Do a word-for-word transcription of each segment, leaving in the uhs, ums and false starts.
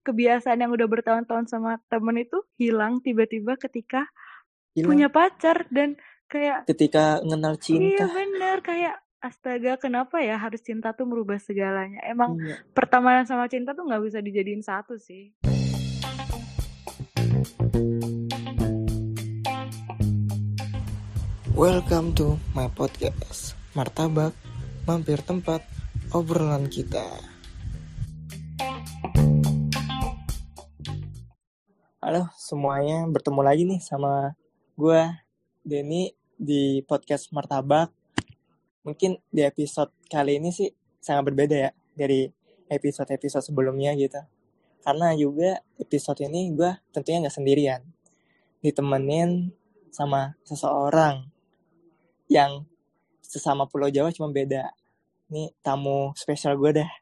kebiasaan yang udah bertahun-tahun sama temen itu hilang tiba-tiba ketika Hilang. punya pacar. Dan kayak ketika mengenal cinta. Iya bener, kayak astaga kenapa ya harus cinta tuh merubah segalanya. Emang Iya. pertemanan sama cinta tuh gak bisa dijadiin satu sih. Welcome to my podcast Martabak, mampir tempat obrolan kita. Halo semuanya, bertemu lagi nih sama gue Denny di podcast Martabak. Mungkin di episode kali ini sih sangat berbeda ya dari episode-episode sebelumnya gitu. Karena juga episode ini gue tentunya gak sendirian, ditemenin sama seseorang yang sesama Pulau Jawa cuma beda. Ini tamu spesial gue deh.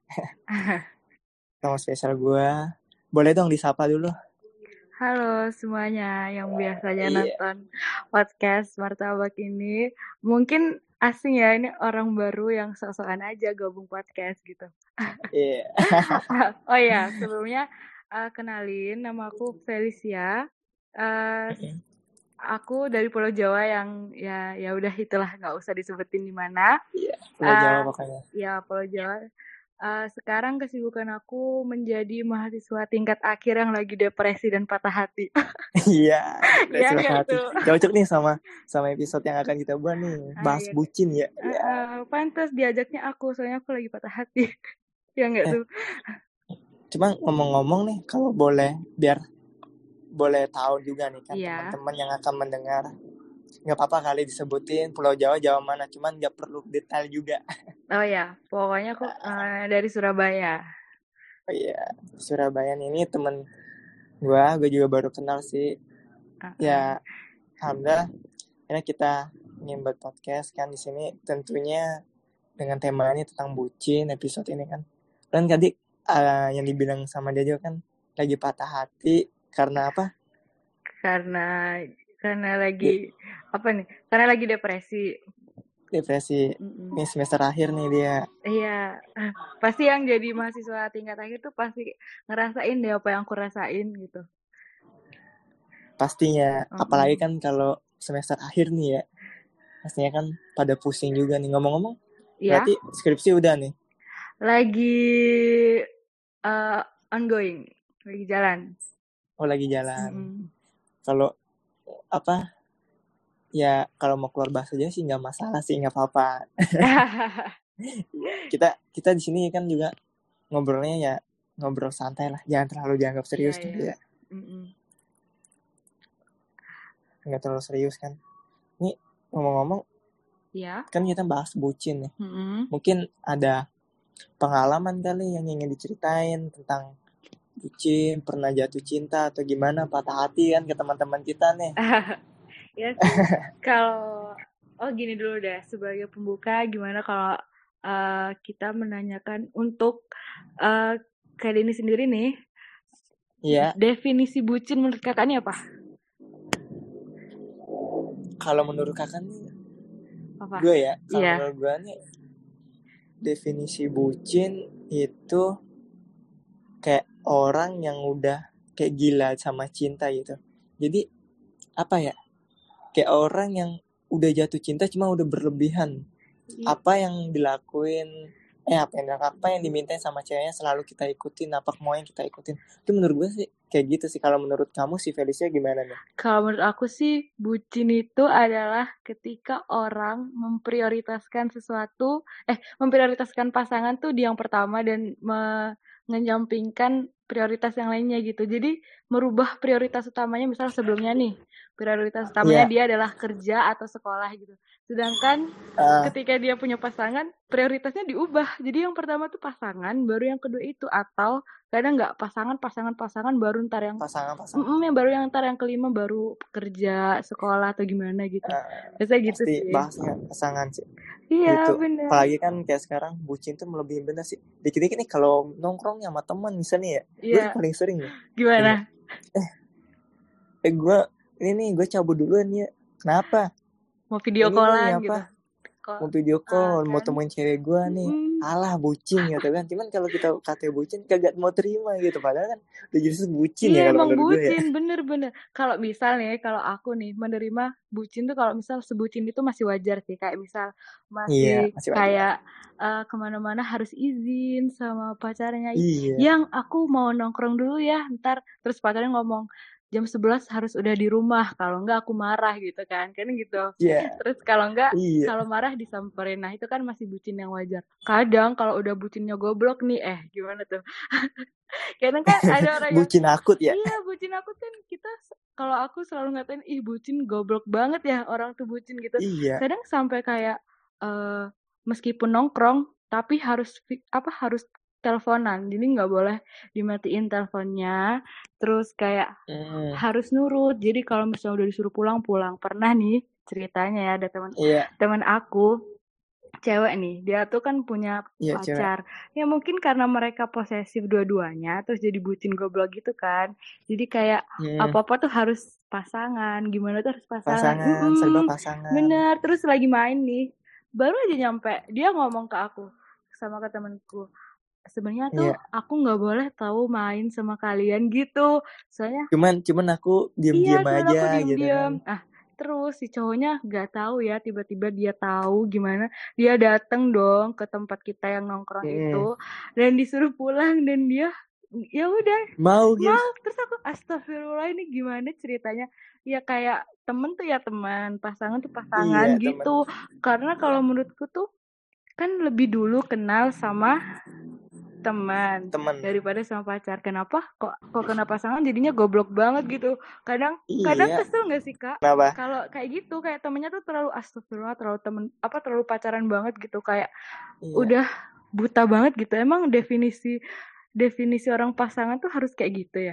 Tamu spesial gue. Boleh dong disapa dulu. Halo semuanya yang biasanya Iya. nonton podcast Martabak ini. Mungkin asing ya, ini orang baru yang sok-sokan aja gabung podcast gitu. Iya. Oh iya, sebelumnya uh, kenalin, nama aku Felicia. Uh, aku dari Pulau Jawa yang ya ya udah itulah, nggak usah disebutin di mana. Iya, Pulau Uh, Jawa pokoknya. Ya Pulau Jawa. Uh, sekarang kesibukan aku menjadi mahasiswa tingkat akhir yang lagi depresi dan patah hati. Iya, Iya depresi nggak patah hati. tuh? Cocok nih sama sama episode yang akan kita bahas nih, bahas Ah, iya. bucin ya. Uh, Iya. uh, pantas diajaknya aku, soalnya aku lagi patah hati. Ya nggak Eh, tuh? Cuma ngomong-ngomong nih, kalau boleh biar boleh tahu juga nih kan Iya. teman-teman yang akan mendengar. Nggak apa-apa kali disebutin Pulau Jawa, Jawa mana, cuman nggak perlu detail juga. Oh ya, pokoknya aku uh, dari Surabaya. Oh iya, Surabaya ini temen gue, gue juga baru kenal sih. Uh-uh. Ya, alhamdulillah, ini kita ingin buat podcast kan di sini, tentunya dengan tema ini tentang bucin episode ini kan. Dan tadi uh, yang dibilang sama dia juga kan lagi patah hati karena apa? Karena karena lagi Di, apa nih? Karena lagi depresi. Depresi. Mm-mm. Ini semester akhir nih dia. Iya, pasti yang jadi mahasiswa tingkat akhir tuh pasti ngerasain deh apa yang aku rasain gitu. Pastinya, mm-hmm. Apalagi kan kalau semester akhir nih ya, pastinya kan pada pusing juga nih. Ngomong-ngomong, ya? Berarti skripsi udah nih? Lagi uh, ongoing, lagi jalan. Oh lagi jalan. Mm-hmm. Kalau apa? Ya kalau mau keluar bahas aja sih nggak masalah sih, nggak apa-apa. kita kita di sini kan juga ngobrolnya ya ngobrol santai lah, jangan terlalu dianggap serius yeah, kan yeah. Ya. Mm-mm. Nggak terlalu serius kan. Nih ngomong-ngomong, ya. Kan kita bahas bucin nih. Mm-hmm. Mungkin ada pengalaman kali yang ingin diceritain tentang bucin, pernah jatuh cinta atau gimana, patah hati kan ke teman-teman kita nih. Ya sih, kalau oh gini dulu deh, sebagai pembuka gimana kalau uh, kita menanyakan untuk uh, Kak Denny sendiri nih, iya. Definisi bucin menurut kakak ini apa? Kalau menurut kakak nih, apa? Gue ya, kalau yeah. menurut gue nih definisi bucin itu kayak orang yang udah kayak gila sama cinta gitu. Jadi apa ya? Kayak orang yang udah jatuh cinta cuma udah berlebihan. Iya. Apa yang dilakuin, eh apa yang apa yang dimintain sama ceweknya selalu kita ikutin, apa mau yang kita ikutin. Itu menurut gue sih kayak gitu sih. Kalau menurut kamu si Felicia gimana nih? Kalau menurut aku sih bucin itu adalah ketika orang memprioritaskan sesuatu, eh memprioritaskan pasangan tuh di yang pertama dan mengenyampingkan prioritas yang lainnya gitu. Jadi merubah prioritas utamanya, misalnya sebelumnya nih prioritas utamanya yeah. dia adalah kerja atau sekolah gitu. Sedangkan uh, ketika dia punya pasangan, prioritasnya diubah. Jadi yang pertama tuh pasangan, baru yang kedua itu, atau kadang nggak pasangan, pasangan, pasangan, baru ntar yang pasangan, pasangan. Mm-mm, yang baru yang ntar yang kelima baru kerja, sekolah atau gimana gitu. Uh, Biasanya gitu pasti sih. bahasnya pasangan sih. Iya gitu. Bener. Apalagi kan kayak sekarang bucin tuh melebihi bener sih. Dikit-dikit nih kalau nongkrong sama teman misalnya ya, yeah. gue paling sering ya. Gimana? Eh, eh gue ini nih gue cabut duluan ya. Kenapa? Mau video callan gitu. call. mau video call, Ah, mau kan? temuin cewek gue nih, Mm-mm. alah bucin gitu kan. Cuman kalau kita katanya bucin kagak mau terima gitu, padahal kan udah justru bucin ya Iya kalau emang menurut gue ya. bucin, bener-bener. Kalau misal nih, kalau aku nih menerima bucin tuh kalau misal sebucin itu masih wajar sih. Kayak misal Iya, masih masih wajar. kayak uh, kemana-mana harus izin sama pacarnya. Iya. Yang aku mau nongkrong dulu ya, ntar. Terus pacarnya ngomong, jam sebelas harus udah di rumah. Kalau enggak aku marah gitu kan. Kan gitu. Iya. Terus kalau enggak, Iya. kalau marah disamperin. Nah itu kan masih bucin yang wajar. Kadang kalau udah bucinnya goblok nih, eh gimana tuh? Kadang kan ada orang yang bucin akut ya. iya bucin akut kan kita kalau aku selalu ngatain ih bucin goblok banget ya orang tuh bucin gitu. Iya. Kadang sampai kayak uh, meskipun nongkrong tapi harus apa harus teleponan, jadi nggak boleh dimatiin teleponnya. Terus kayak mm. harus nurut. Jadi kalau misalnya udah disuruh pulang pulang. Pernah nih ceritanya ya ada teman Iya. teman aku cewek nih, dia tuh kan punya Iya, pacar. cewek. Ya mungkin karena mereka posesif dua-duanya, terus jadi bucin goblok gitu kan. Jadi kayak hmm. apa-apa tuh harus pasangan, gimana tuh harus pasangan. Pasangan, serba pasangan. Bener, terus lagi main nih, baru aja nyampe, dia ngomong ke aku, sama ke temenku, sebenarnya tuh yeah. aku nggak boleh tahu main sama kalian gitu. Soalnya cuman cuman aku diam-diam iya, aja aku diem-diem. gitu kan. Ah, terus si cowoknya nggak tahu ya, tiba-tiba dia tahu gimana, dia datang dong ke tempat kita yang nongkrong hmm. itu dan disuruh pulang dan dia ya udah mau gitu. Mau. Terus aku astagfirullah ini gimana ceritanya? Ya kayak temen tuh ya teman, pasangan tuh pasangan iya, gitu. Temen. Karena kalau menurutku tuh kan lebih dulu kenal sama teman daripada sama pacar. Kenapa kok kok kena pasangan jadinya goblok banget gitu. Kadang iya. kadang kesel nggak sih Kak? Kalau kayak gitu kayak temennya tuh terlalu astagfirullah, terlalu temen apa terlalu pacaran banget gitu, kayak iya. udah buta banget gitu. Emang definisi definisi orang pasangan tuh harus kayak gitu ya?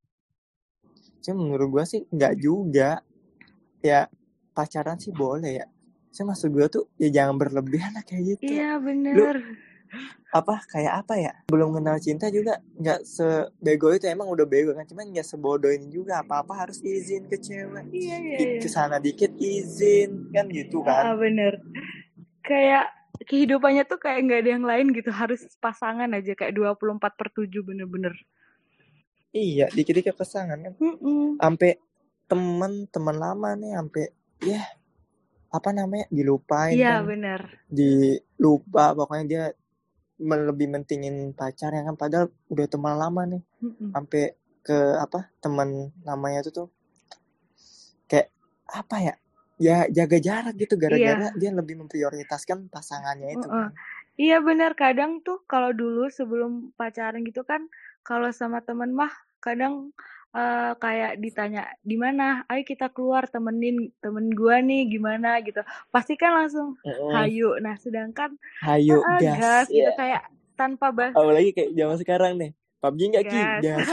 Cuma menurut gue sih nggak juga. Ya pacaran sih boleh ya. Saya maksud gue tuh ya jangan berlebihan lah kayak gitu. Iya bener. Lu, apa kayak apa ya, belum kenal cinta juga nggak sebego itu, emang udah bego kan, cuman nggak sebodoh ini juga, apa-apa harus izin ke cewek. Iya, iya, iya. Kesana dikit izin kan gitu kan. Ah, bener, kayak kehidupannya tuh kayak nggak ada yang lain gitu, harus pasangan aja kayak dua puluh empat per tujuh bener-bener. Iya, dikit-dikit pasangan kan. Sampai teman-teman lama nih sampai ya apa namanya dilupain. Iya kan. bener, dilupa pokoknya dia lebih mentingin pacar ya kan, padahal udah teman lama nih. Sampai ke apa teman namanya itu tuh kayak apa ya ya jaga jarak gitu gara-gara iya. dia lebih memprioritaskan pasangannya itu. Uh-uh. Kan. Iya benar, kadang tuh kalau dulu sebelum pacaran gitu kan, kalau sama temen mah kadang uh, kayak ditanya di mana, ayo kita keluar temenin temen gua nih gimana gitu, pasti kan langsung uh-uh. hayu. Nah sedangkan hayu uh, gas, gas gitu yeah. kayak tanpa bahas. Apalagi kayak zaman sekarang nih, P U B G nggak Ki? Gas.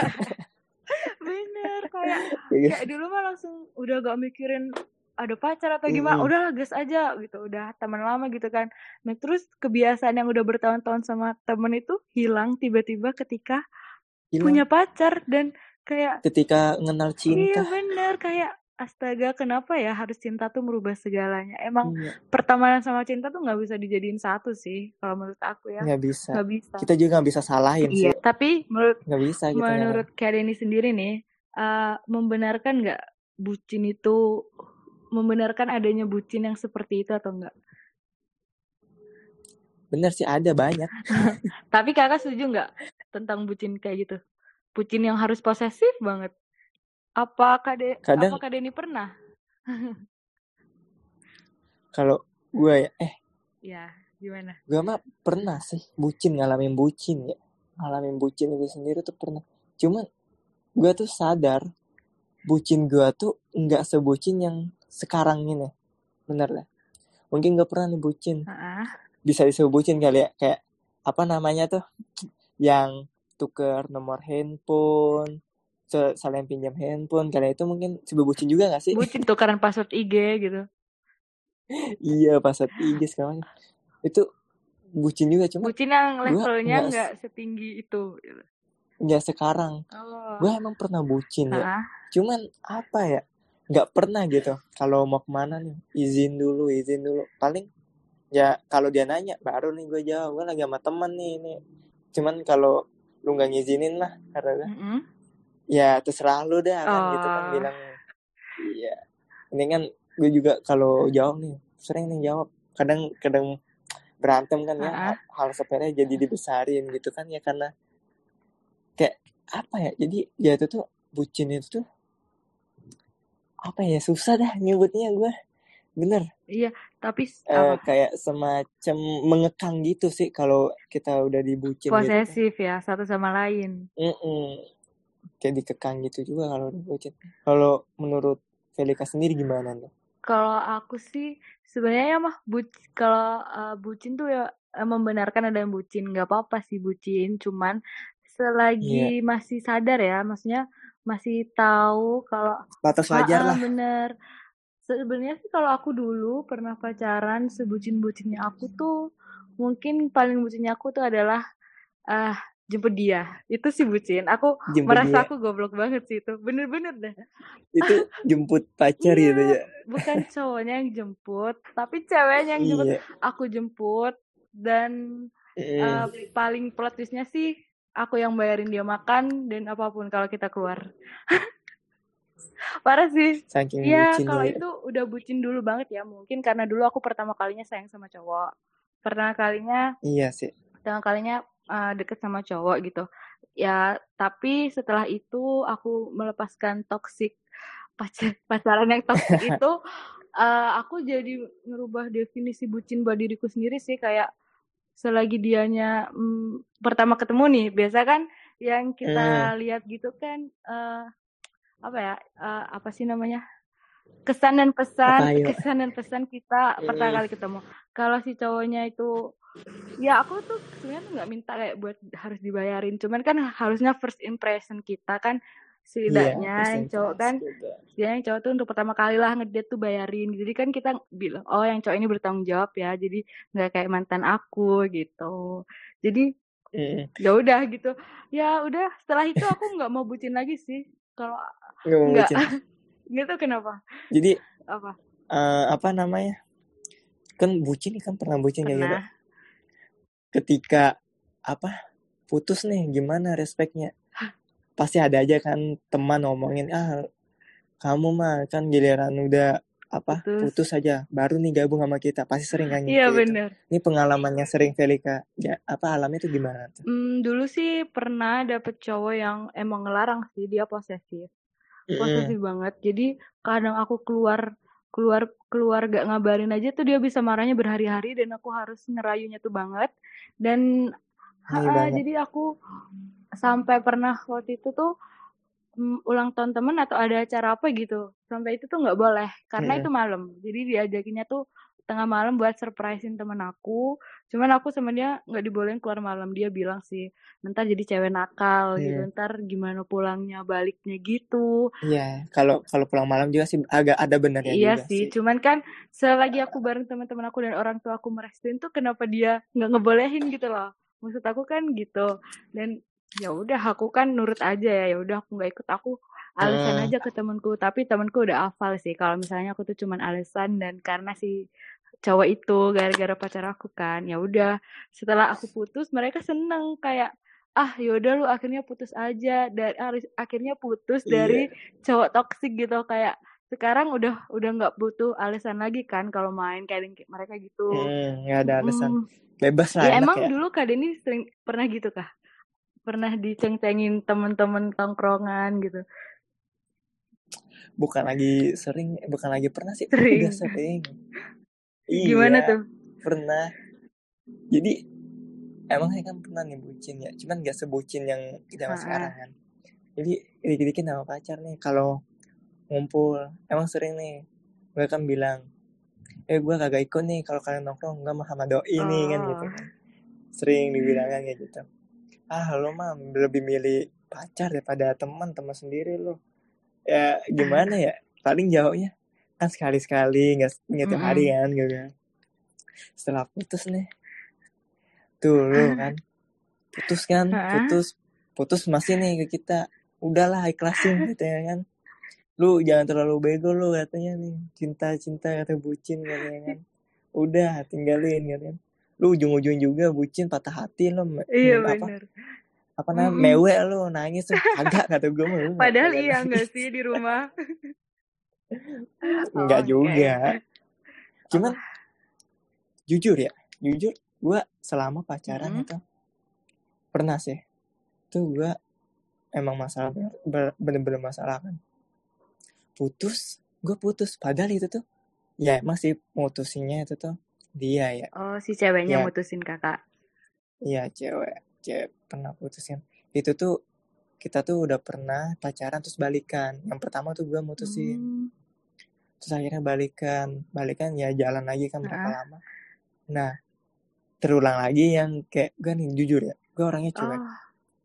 Bener, kayak kayak dulu mah langsung udah gak mikirin ada pacar atau gimana, mm-hmm. udah gas aja gitu, udah teman lama gitu kan. Nah terus kebiasaan yang udah bertahun-tahun sama temen itu hilang tiba-tiba ketika hilang. Punya pacar dan kayak ketika mengenal cinta. Iya bener, kayak astaga kenapa ya harus cinta tuh merubah segalanya. Emang iya. pertemanan sama cinta tuh nggak bisa dijadiin satu sih kalau menurut aku ya. Nggak bisa. Nggak bisa. Kita juga nggak bisa salahin iya. sih. Tapi menurut nggak bisa gitu menurut Kak Denny sendiri nih, uh, membenarkan nggak bucin itu, membenarkan adanya bucin yang seperti itu atau enggak? Bener sih, ada banyak. Tapi kakak setuju nggak tentang bucin kayak gitu? Bucin yang harus posesif banget. Apa Kak De- Kadang, apa Kak Denny pernah? Kalau gue ya, eh. Ya, gimana? Gue mah pernah sih bucin, ngalamin bucin ya. Ngalamin bucin itu sendiri tuh pernah. Cuman gue tuh sadar bucin gue tuh nggak sebucin yang sekarang ini. Bener lah. Mungkin gak pernah nih bucin. Uh-uh. Bisa disebut bucin kali ya. Kayak apa namanya tuh. Yang tuker nomor handphone. Saling pinjam handphone. Kali itu mungkin sebut bucin juga gak sih? Bucin tukeran password I G gitu. Iya password I G sekarang. Itu bucin juga. Cuma bucin yang levelnya gak, gak setinggi itu. Gak sekarang. Oh. Gue emang pernah bucin uh-uh. ya. Cuman apa ya. Gak pernah gitu kalau mau kemana nih izin dulu izin dulu paling Ya kalau dia nanya baru nih gue jawab, gue lagi sama temen nih ini. Cuman kalau lu nggak ngizinin mah, karena Mm-mm. ya terserah lu dah kan gitu kan Oh, bilang. Iya. Ini kan gue juga kalau jawab nih sering nih jawab. Kadang kadang berantem kan ya, ah, hal, hal sepele jadi dibesarin gitu kan ya, karena kayak apa ya? Jadi ya itu tuh bucin itu tuh apa ya, susah dah nyebutnya gue. Bener. iya, tapi s- Eh, apa? kayak semacam mengekang gitu sih kalau kita udah dibucin gitu tuh. Posesif ya satu sama lain. Mm-mm. Kayak dikekang gitu juga kalau udah bucin. Kalau menurut Felika sendiri gimana tuh? Kalau aku sih sebenarnya mah buc kalau uh, bucin tuh ya uh, membenarkan ada yang bucin, nggak apa-apa sih bucin, cuman Iya, selagi masih sadar ya, maksudnya masih tahu kalau batas wajar ah lah. bener. Sebenarnya sih kalau aku dulu pernah pacaran sebucin-bucinnya aku tuh mungkin paling bucinnya aku tuh adalah ah jemput dia. Itu sih bucin. Aku Jemput merasa dia. aku goblok banget sih itu. Bener-bener dah. Itu jemput pacar gitu Iya, ya. bukan cowoknya yang jemput, tapi ceweknya yang jemput. Iya. Aku jemput dan eh, Mm. paling plot twistnya sih aku yang bayarin dia makan dan apapun kalau kita keluar. Parah sih. Saking Iya, bucinnya kalau ya. itu udah bucin dulu banget ya. Mungkin karena dulu aku pertama kalinya sayang sama cowok. Pertama kalinya, Iya sih. pertama kalinya eh, deket sama cowok gitu. Ya, tapi setelah itu aku melepaskan toxic pacar pacaran yang toxic itu, eh, aku jadi ngerubah definisi bucin buat diriku sendiri sih, kayak selagi dianya mm, pertama ketemu nih, biasa kan yang Mm. kita lihat gitu kan eh, apa ya eh, apa sih namanya, kesan dan Apa pesan ayo? kesan dan pesan kita pertama Mm. kali ketemu. Kalau si cowoknya itu, ya aku tuh sebenarnya tuh nggak minta kayak buat harus dibayarin, cuman kan harusnya first impression kita kan Iya, setidaknya first yang cowok kan, impress gitu. dia yang cowok tuh untuk pertama kali lah ngedate tuh bayarin. Jadi kan kita bilang, oh yang cowok ini bertanggung jawab ya, jadi nggak kayak mantan aku gitu. Jadi Mm. ya udah gitu. Ya udah, setelah itu aku nggak mau bucin lagi sih. Kalau Nggak mau nggak, bucin. nggak tahu kenapa. Jadi Apa? eh, apa namanya? Kan bucin kan pernah bucin kayak gitu. Pernah. Ketika apa putus nih gimana respeknya? Pasti ada aja kan teman ngomongin, ah kamu mah kan giliran udah apa Putus. putus aja baru nih gabung sama kita, pasti sering kan Iya kayak gitu. bener. Ini pengalamannya sering Felika ya, apa alamnya tuh gimana tuh? Hmm, dulu sih pernah dapet cowok yang emang ngelarang sih, dia posesif. Mm-mm. Posesif banget. Jadi kadang aku keluar keluar keluar gak ngabarin aja tuh dia bisa marahnya berhari-hari dan aku harus ngerayunya tuh banget. Dan Iya ha, banget. jadi aku sampai pernah waktu itu tuh mm, ulang tahun temen atau ada acara apa gitu. Sampai itu tuh nggak boleh karena itu Mm-mm. malam. Jadi diajakinnya tuh tengah malam buat surprisein temen aku. Cuman aku sama dia nggak dibolehin keluar malam. Dia bilang sih, ntar jadi cewek nakal gitu. Mm. Ntar gimana pulangnya baliknya gitu. Iya, kalau kalau pulang malam juga sih agak ada benernya Iya juga sih, sih. cuman kan selagi aku bareng teman-teman aku dan orang tua aku merestuin tuh kenapa dia nggak ngebolehin gitu loh. Maksud aku kan gitu. Dan ya udah aku kan nurut aja ya. Ya udah aku nggak ikut, aku alasan Mm. aja ke temanku. Tapi temanku udah hafal sih kalau misalnya aku tuh cuman alasan dan karena si cowok itu gara-gara pacar aku kan. Ya udah, setelah aku putus mereka seneng kayak ah yaudah lu akhirnya putus aja dari akhirnya putus dari Iya. cowok toksik gitu, kayak sekarang udah udah nggak butuh alasan lagi kan kalau main kayak mereka gitu. Mm, nggak ada alasan, Mm. bebas lah, Ya enak emang ya. dulu Kak Denny sering pernah gitu kah? Pernah diceng-cengin temen-temen tongkrongan gitu? Bukan lagi sering, bukan lagi pernah sih, udah Sering. sering. Gimana Iya, tuh? pernah. Jadi emang saya kan pernah nih bucin ya, cuman gak sebucin yang zaman sekarang Ah, kan. Jadi dikit-dikit sama pacar nih, kalau ngumpul emang sering nih, gue kan bilang, eh gue kagak ikut nih kalau kalian nongkrong, gue mah sama doi nih kan gitu oh. kan. Sering dibilangnya kayak gitu. Ah lo mah lebih milih pacar daripada teman teman sendiri lo. Ya gimana ya, paling jawabnya kan sekali-sekali, nggak nggak tiap hari Mm-mm. kan gitu kan. Setelah putus nih tuh lo kan, putus kan Ah, putus putus masih nih ke kita, udahlah ikhlasin katanya kan, lu jangan terlalu bego lu katanya nih, cinta cinta kata bucin katanya kan. udah tinggalin kan. Lu ujung-ujung juga bucin, patah hati lo, Iya apa bener. apa namanya mewek lo, nangis tuh kagak, kata gue mah lu nggak Padahal kagak iya nggak nangis. sih di rumah. Nggak Oh, oke. juga, Apa? cuman jujur ya, jujur gue selama pacaran Mm-mm. itu pernah sih tuh gue emang masalah, bener-bener masalah kan, putus, gue putus padahal itu tuh ya emang sih mutusinnya itu tuh dia ya. Oh, si ceweknya Ya, mutusin kakak. iya cewek, cewek pernah putusin. Itu tuh kita tuh udah pernah pacaran terus balikan. Yang pertama tuh gue mutusin. Hmm. Terus akhirnya balikan. Balikan ya jalan lagi kan berapa Uh-uh. lama. Nah, terulang lagi yang kayak gue nih jujur ya. Gue orangnya cuek. Oh,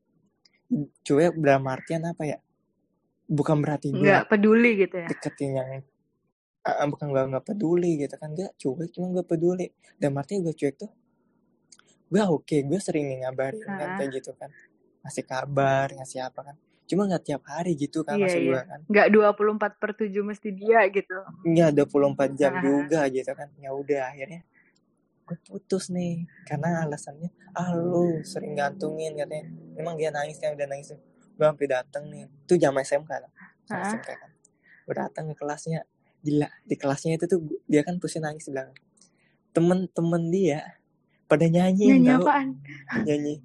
Cuek dalam artian apa ya? Bukan berarti gue nggak peduli gitu ya. deketin yang uh, bukan gue gak peduli gitu kan. Gak cuek, cuma gue peduli. Dan artinya gue cuek tuh gue oke, okay, gue sering nih ngabarin uh-uh. kan kayak gitu kan. Ngasih kabar, ngasih apa kan. Cuma gak tiap hari gitu kan, iya, maksud iya. gue kan. Nggak dua puluh empat per tujuh mesti dia gitu. Iya, dua puluh empat jam uh-huh. juga gitu kan. Ya udah akhirnya gue putus nih. Karena alasannya, ah lu sering gantungin katanya. Memang dia nangis kan, udah nangis. Gue sampai dateng nih. Itu jam S M K lah. Jam uh-huh. S M K kan. Gue datang ke kelasnya. Gila, di kelasnya itu tuh dia kan pusing nangis di belakang. Temen-temen dia pada nyanyiin. Nyanyi tau. apaan? Nyanyi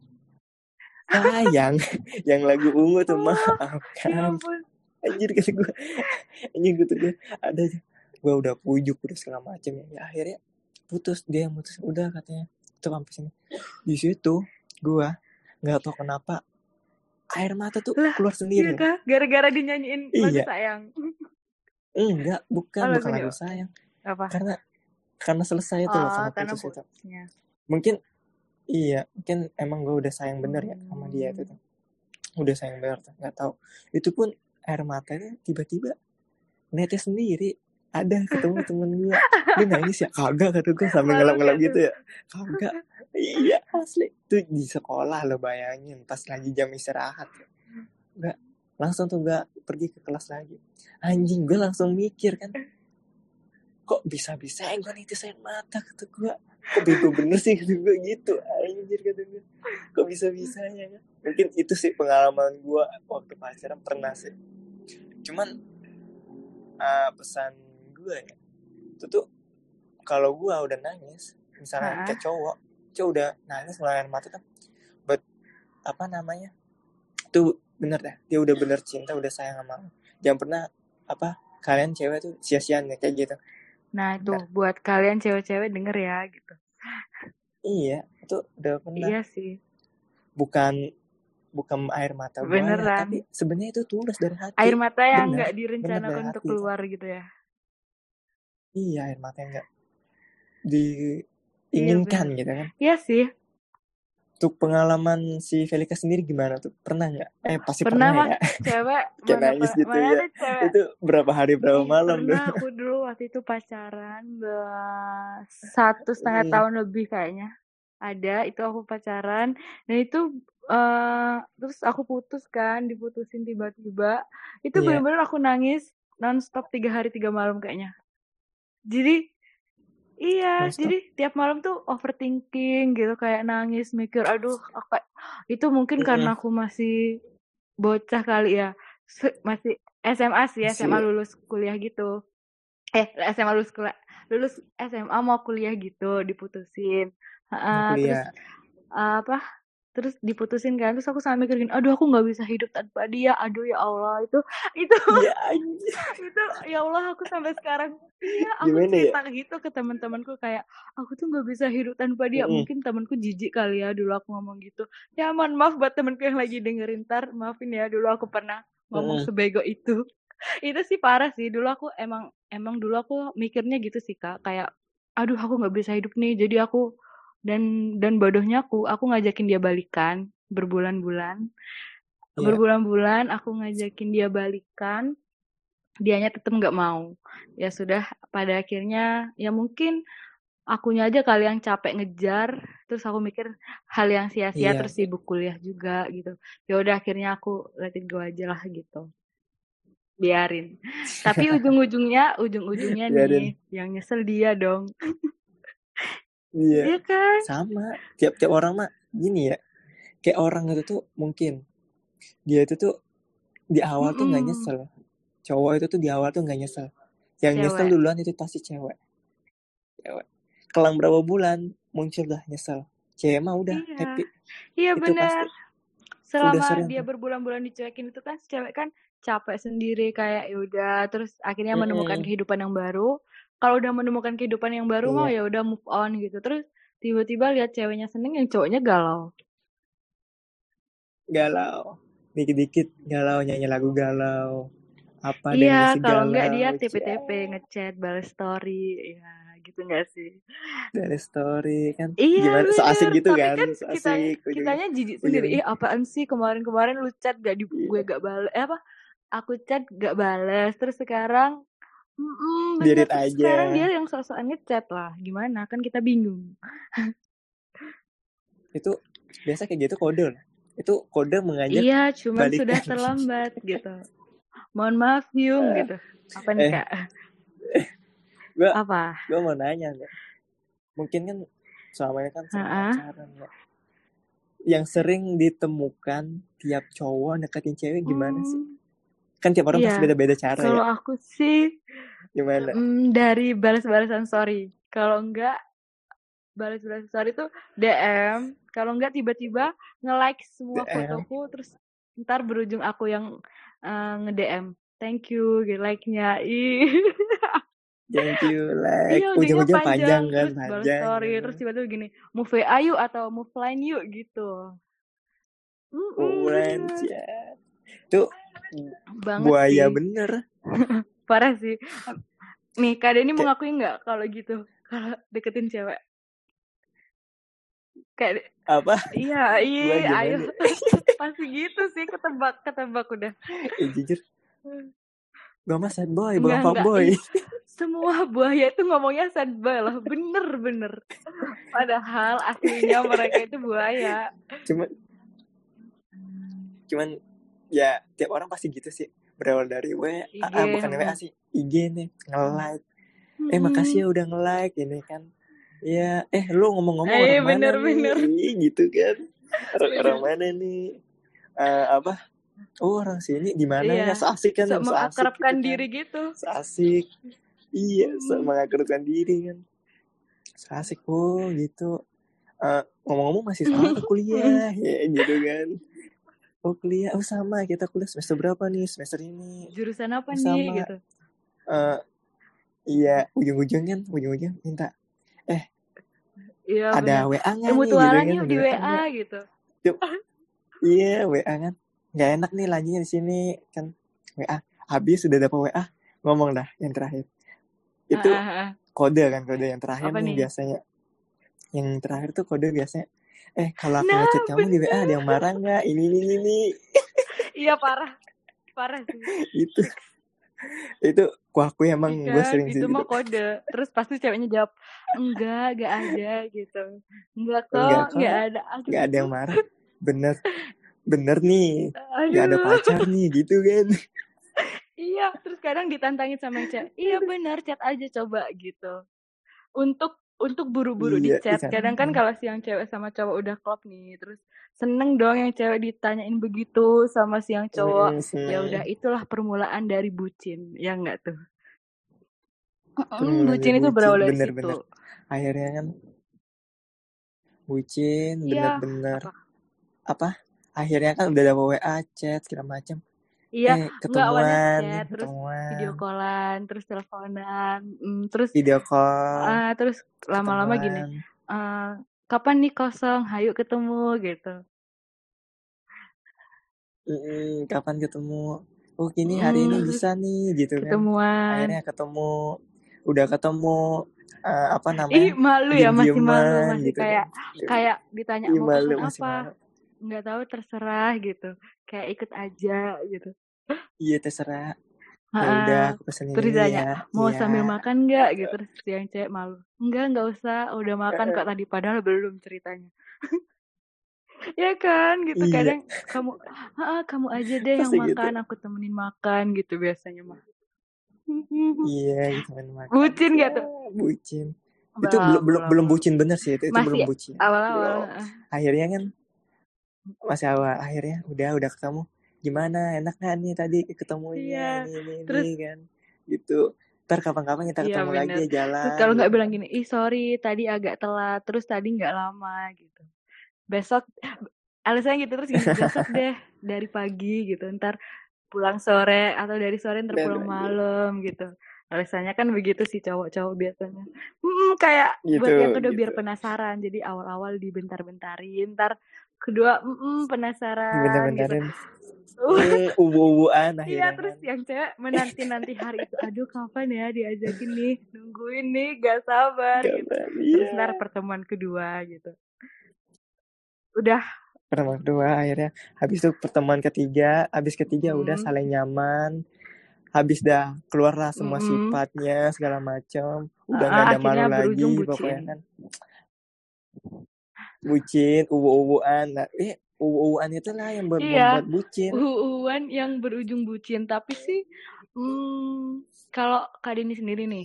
sayang, yang lagu ungu tuh, oh, maafkan. Ya ampun. Anjir kata gue, anjir gue tuh ada aja. Gue udah pujuk udah segala macam ya. Ya akhirnya putus, dia yang putus. Udah katanya itu sampai sini. Di situ gue nggak tahu kenapa air mata tuh lah, keluar sendiri. Iya kah? Gara-gara dinyanyiin iya. lagu sayang. Enggak, bukan oh, bukan lagu sayang. Apa? Karena karena selesai itu oh, loh karena putus itu. Mungkin iya, mungkin emang gue udah sayang bener ya sama dia itu tuh. Udah sayang bener tuh, nggak tahu. Itu pun air matanya tiba-tiba netes sendiri. Ada ketemu temen gue, lu nangis ya? Kagak, kata gue sambil ngelap-ngelap gitu ya. Kagak. Iya asli. Itu di sekolah lo bayangin, pas lagi jam istirahat. Enggak, langsung tuh gak pergi ke kelas lagi. Anjing, gue langsung mikir kan, kok bisa-bisa gue netes air mata, kata gue. Kok bego bener sih, kata gue gitu. Anjir, kata gue. Kok bisa-bisanya kan? Mungkin itu sih pengalaman gue waktu pacaran pernah sih. Cuman uh, pesan gue ya, itu tuh kalau gue udah nangis, misalnya kayak cowok, cowok udah nangis mulai air mata tuh, but apa namanya, tuh bener dah, dia udah bener cinta, udah sayang sama lo. Jangan pernah apa kalian cewek tuh sia-siaan kayak gitu. Nah itu nah. buat kalian cewek-cewek denger ya gitu. Iya, itu udah pernah. Iya sih. Bukan bukan air mata buaya, tapi sebenarnya itu tulus dari hati. Air mata yang nggak direncanakan untuk hati, keluar gitu ya. Iya, air mata yang nggak diinginkan iya, gitu kan. Iya sih. Untuk pengalaman si Felika sendiri gimana tuh? Pernah nggak? Eh pasti pernah, pernah ya. Cewek kayak nangis gitu mana ya. Cewek? Itu berapa hari berapa eh, malam pernah tuh? Aku dulu waktu itu pacaran satu setengah hmm. tahun lebih kayaknya. Ada itu aku pacaran dan itu uh, terus aku putus kan, diputusin tiba-tiba. Itu yeah. benar-benar aku nangis nonstop tiga hari tiga malam kayaknya. Jadi iya, non-stop. Jadi tiap malam tuh overthinking gitu, kayak nangis, mikir, aduh, aku, itu mungkin mm-hmm. karena aku masih bocah kali ya, masih S M A sih, S M A lulus kuliah gitu, eh S M A lulus kuliah, lulus S M A mau kuliah gitu, diputusin, uh, terus uh, apa? Terus diputusin kan, terus aku sampai mikirin, aduh aku nggak bisa hidup tanpa dia, aduh ya Allah, itu itu ya, itu ya Allah, aku sampai sekarang iya aku Gimana cerita ya? gitu ke teman-temanku, kayak aku tuh nggak bisa hidup tanpa dia. Mm-hmm. Mungkin temanku jijik kali ya dulu aku ngomong gitu, ya mohon maaf buat temanku yang lagi dengerin, ntar maafin ya, dulu aku pernah ngomong mm-hmm. sebego itu. Itu sih parah sih, dulu aku emang emang dulu aku mikirnya gitu sih Kak, kayak aduh aku nggak bisa hidup nih, jadi aku dan dan bodohnya aku aku ngajakin dia balikan berbulan-bulan yeah. berbulan-bulan aku ngajakin dia balikan, dianya tetap nggak mau. Ya sudah, pada akhirnya ya mungkin akunya aja kali yang capek ngejar, terus aku mikir hal yang sia-sia yeah. terus sibuk kuliah juga gitu. Ya udah akhirnya aku let it go aja lah gitu, biarin. Tapi ujung-ujungnya ujung-ujungnya nih yang nyesel dia dong. Iya. Iya kan? Sama. Tiap-tiap orang mah gini ya. Kayak orang itu tuh mungkin dia itu tuh di awal tuh nggak Mm-mm. nyesel. Cowok itu tuh di awal tuh nggak nyesel. Yang nyesel Cewek. duluan itu pasti cewek. Cewek. Kelang berapa bulan muncul dah nyesel. Cewek mah udah Iya. happy. Iya Itu benar. pasti. Udah Selama sering dia tuh. berbulan-bulan dicuekin itu kan cewek kan capek sendiri kayak ya udah terus akhirnya menemukan Mm-mm. kehidupan yang baru. Kalau udah menemukan kehidupan yang baru mau Iya. ya udah move on gitu. Terus tiba-tiba lihat ceweknya seneng yang cowoknya galau. Galau. Dikit-dikit galau, nyanyi lagu galau. Apa ada Iya, musik kalau enggak dia galau. T P T P Cek. ngechat balas story. Ya, gitu enggak sih? Dari story kan. Iya Gimana? So asik bener, gitu tapi kan. kan So kitanya asik. Ujung-ujung. kitanya jijik sendiri. Ujung-ujung. Ih apaan sih kemarin-kemarin lu chat gak di gue Iya. gak bales. Eh apa? Aku chat gak bales. Terus sekarang, mm bener. Dirit Terus aja. sekarang dia yang sok-sokan ngechat lah. Gimana? Kan kita bingung. Itu biasa kayak gitu kode loh. Itu kode mengajak Iya, cuman sudah balikan. terlambat gitu. Mohon maaf Yung gitu. Apa nih Eh, kak? gue Apa? gue mau nanya nih. Mungkin kan selama ini kan sering Ha-ha. pacaran ya. Yang sering ditemukan tiap cowok deketin cewek gimana sih? Hmm, Kan tiap orang pasti iya. beda-beda cara Kalau ya. aku sih Gimana? mm, dari balas-balasan story. Kalau enggak balas-balas story tuh D M. Kalau enggak tiba-tiba nge-like semua D M. fotoku terus ntar berujung aku yang uh, nge-D M. Thank you, like-nya. Ih. Thank you like. Iya, ujungnya Ujung-ujung panjang, panjang, kan, terus balas panjang. story, Gitu. terus tiba-tiba gini, move V A yuk atau move line yuk gitu. Keren sih. Itu Banget buaya sih. bener. Parah sih. Nih, Kak Denny Kayak- mengakui nggak kalau gitu, kalau deketin cewek? Kayak Apa? iya, Gua iya, gimana? ayo. Pasti gitu sih, ketebak, ketebak udah. Eh jujur, gue mah sad boy, bukan Enggak, fuck enggak. boy. Ih, semua buaya itu ngomongnya sad boy loh. Bener, bener. Padahal aslinya mereka itu buaya. Cuman, cuman ya tiap orang pasti gitu sih. Berawal dari W A, I G, ah, bukan W A hmm. sih, I G nih, nge-like. Eh makasih ya udah nge-like ini kan. Ya, eh lu ngomong-ngomong Eh, orang bener, mana bener. nih? Ih, gitu kan. Orang, orang mana nih? Uh, apa? Oh orang sini di mana Iya. ya? So asik kan, So, so mengakrabkan asik gitu diri kan. gitu. So asik. Iya, Hmm. so mengakrabkan diri kan. So asik oh gitu. Uh, ngomong-ngomong masih sama ke kuliah ya gitu kan. Oh kuliah, oh sama kita kuliah semester berapa nih semester ini? Jurusan apa oh, nih sama. gitu? Uh, iya ujung-ujung kan, ujung-ujung minta. Eh, iya, ada bener. W A nggak eh, nih? mutualan Gitu kan, yuk ada di W A W A gitu. Iya W A kan, nggak enak nih lanjutnya di sini kan W A. Habis sudah dapat W A, ngomong dah yang terakhir. Itu Ah, ah, ah. kode kan, kode yang terakhir Apa nih, nih? biasanya. Yang terakhir tuh kode biasanya. Eh kalau aku Nah, ngechat kamu di W A bener. ada yang marah nggak? Ini ini ini. Iya parah, parah sih. Itu Fix. itu kuaku emang Iya, gue sering itu sih mah gitu. kode. Terus pasti ceweknya jawab, enggak, enggak ada gitu. Enggak kok, Enggak kok, enggak ada. Aduh. nggak ada yang marah. Bener, bener nih. Aduh. Nggak ada pacar nih gitu kan. Iya, terus kadang ditantangin sama yang cewek. Iya bener, chat aja coba gitu. Untuk untuk buru-buru di Iya, chat. kan. Kadang kan kalau si yang cewek sama cowok udah klop nih, terus seneng dong yang cewek ditanyain begitu sama si yang cowok. Mm, Ya udah itulah permulaan dari bucin, ya enggak tuh? Permulaan bucin dari itu berawal dari bener-bener. situ. Akhirnya kan bucin Iya, bener-bener apa? apa? Akhirnya kan udah dapet W A, chat segala macam. Iya, Eh enggak awalnya ketemuan, chat, terus ketemuan. video callan, terus teleponan, mm, terus Video call. Uh, terus lama-lama gini, uh, kapan nih kosong? Hayu ketemu gitu. Mm-mm, kapan ketemu? Oh gini hari ini Mm, bisa nih gitu ketemuan. kan. Akhirnya ketemu, udah ketemu uh, apa namanya? Ih malu ya, masih malu, masih gitu kayak kan. kayak ditanya Ih, mau malu, pesan masih apa? malu. Nggak tahu, terserah gitu. Kayak ikut aja gitu. Iya terserah. Ya Ha-ha. udah aku pesenin Terus ini ditanya ya. mau Iya. sambil makan nggak gitu. Terus yang cewek malu. Enggak, nggak usah. Udah makan kok tadi, padahal belum ceritanya. Ya kan gitu. Iya. Kadang kamu ah kamu aja deh yang Pasti makan, gitu. aku temenin makan gitu biasanya mah. Iya gitu main makan. Bucin gak tuh? Bucin. Itu belum belum belum belum. bucin bener sih, itu itu belum Masih bucin. awal-awal. Belum. Akhirnya kan masih awal, akhirnya udah udah ketemu. Gimana, enak nggak nih tadi ketemunya, Iya. ini ini Terus ini kan. Gitu. Ntar kapan-kapan kita iya ketemu lagi bener. ya Terus jalan kalau nggak gitu. bilang gini, ih sorry tadi agak telat, terus tadi nggak lama gitu. Besok alasannya gitu terus gini, besok deh dari pagi gitu, ntar pulang sore atau dari sore ntar Dan pulang lagi malam gitu. Alasannya kan begitu sih cowok-cowok biasanya. Hmm, kayak gitu buat yang kedua biar gitu. penasaran. Jadi awal-awal dibentar-bentarin, ntar kedua mm, penasaran gitu. Bentar-bentarin. Hmm, ubu-ubuan Iya, akhirnya terus kan. yang cewek menanti-nanti hari itu. Aduh, kapan ya diajakin nih? Nungguin nih, gak sabar gitu. Kapan? Terus Iya. ntar pertemuan kedua gitu. Udah. Pertemuan kedua akhirnya. Habis itu pertemuan ketiga. Habis ketiga Mm, udah saling nyaman. Habis dah keluarlah semua mm, sifatnya segala macam. Udah uh, nggak ada malu akhirnya berujung lagi pokoknya bucin. kan. Bucin, ubu-ubuan. Nah, eh ubu-ubuan itulah yang membuat Iya, bucin. uhuan yang berujung bucin. Tapi sih, hmm, kalau Kak Dini sendiri nih,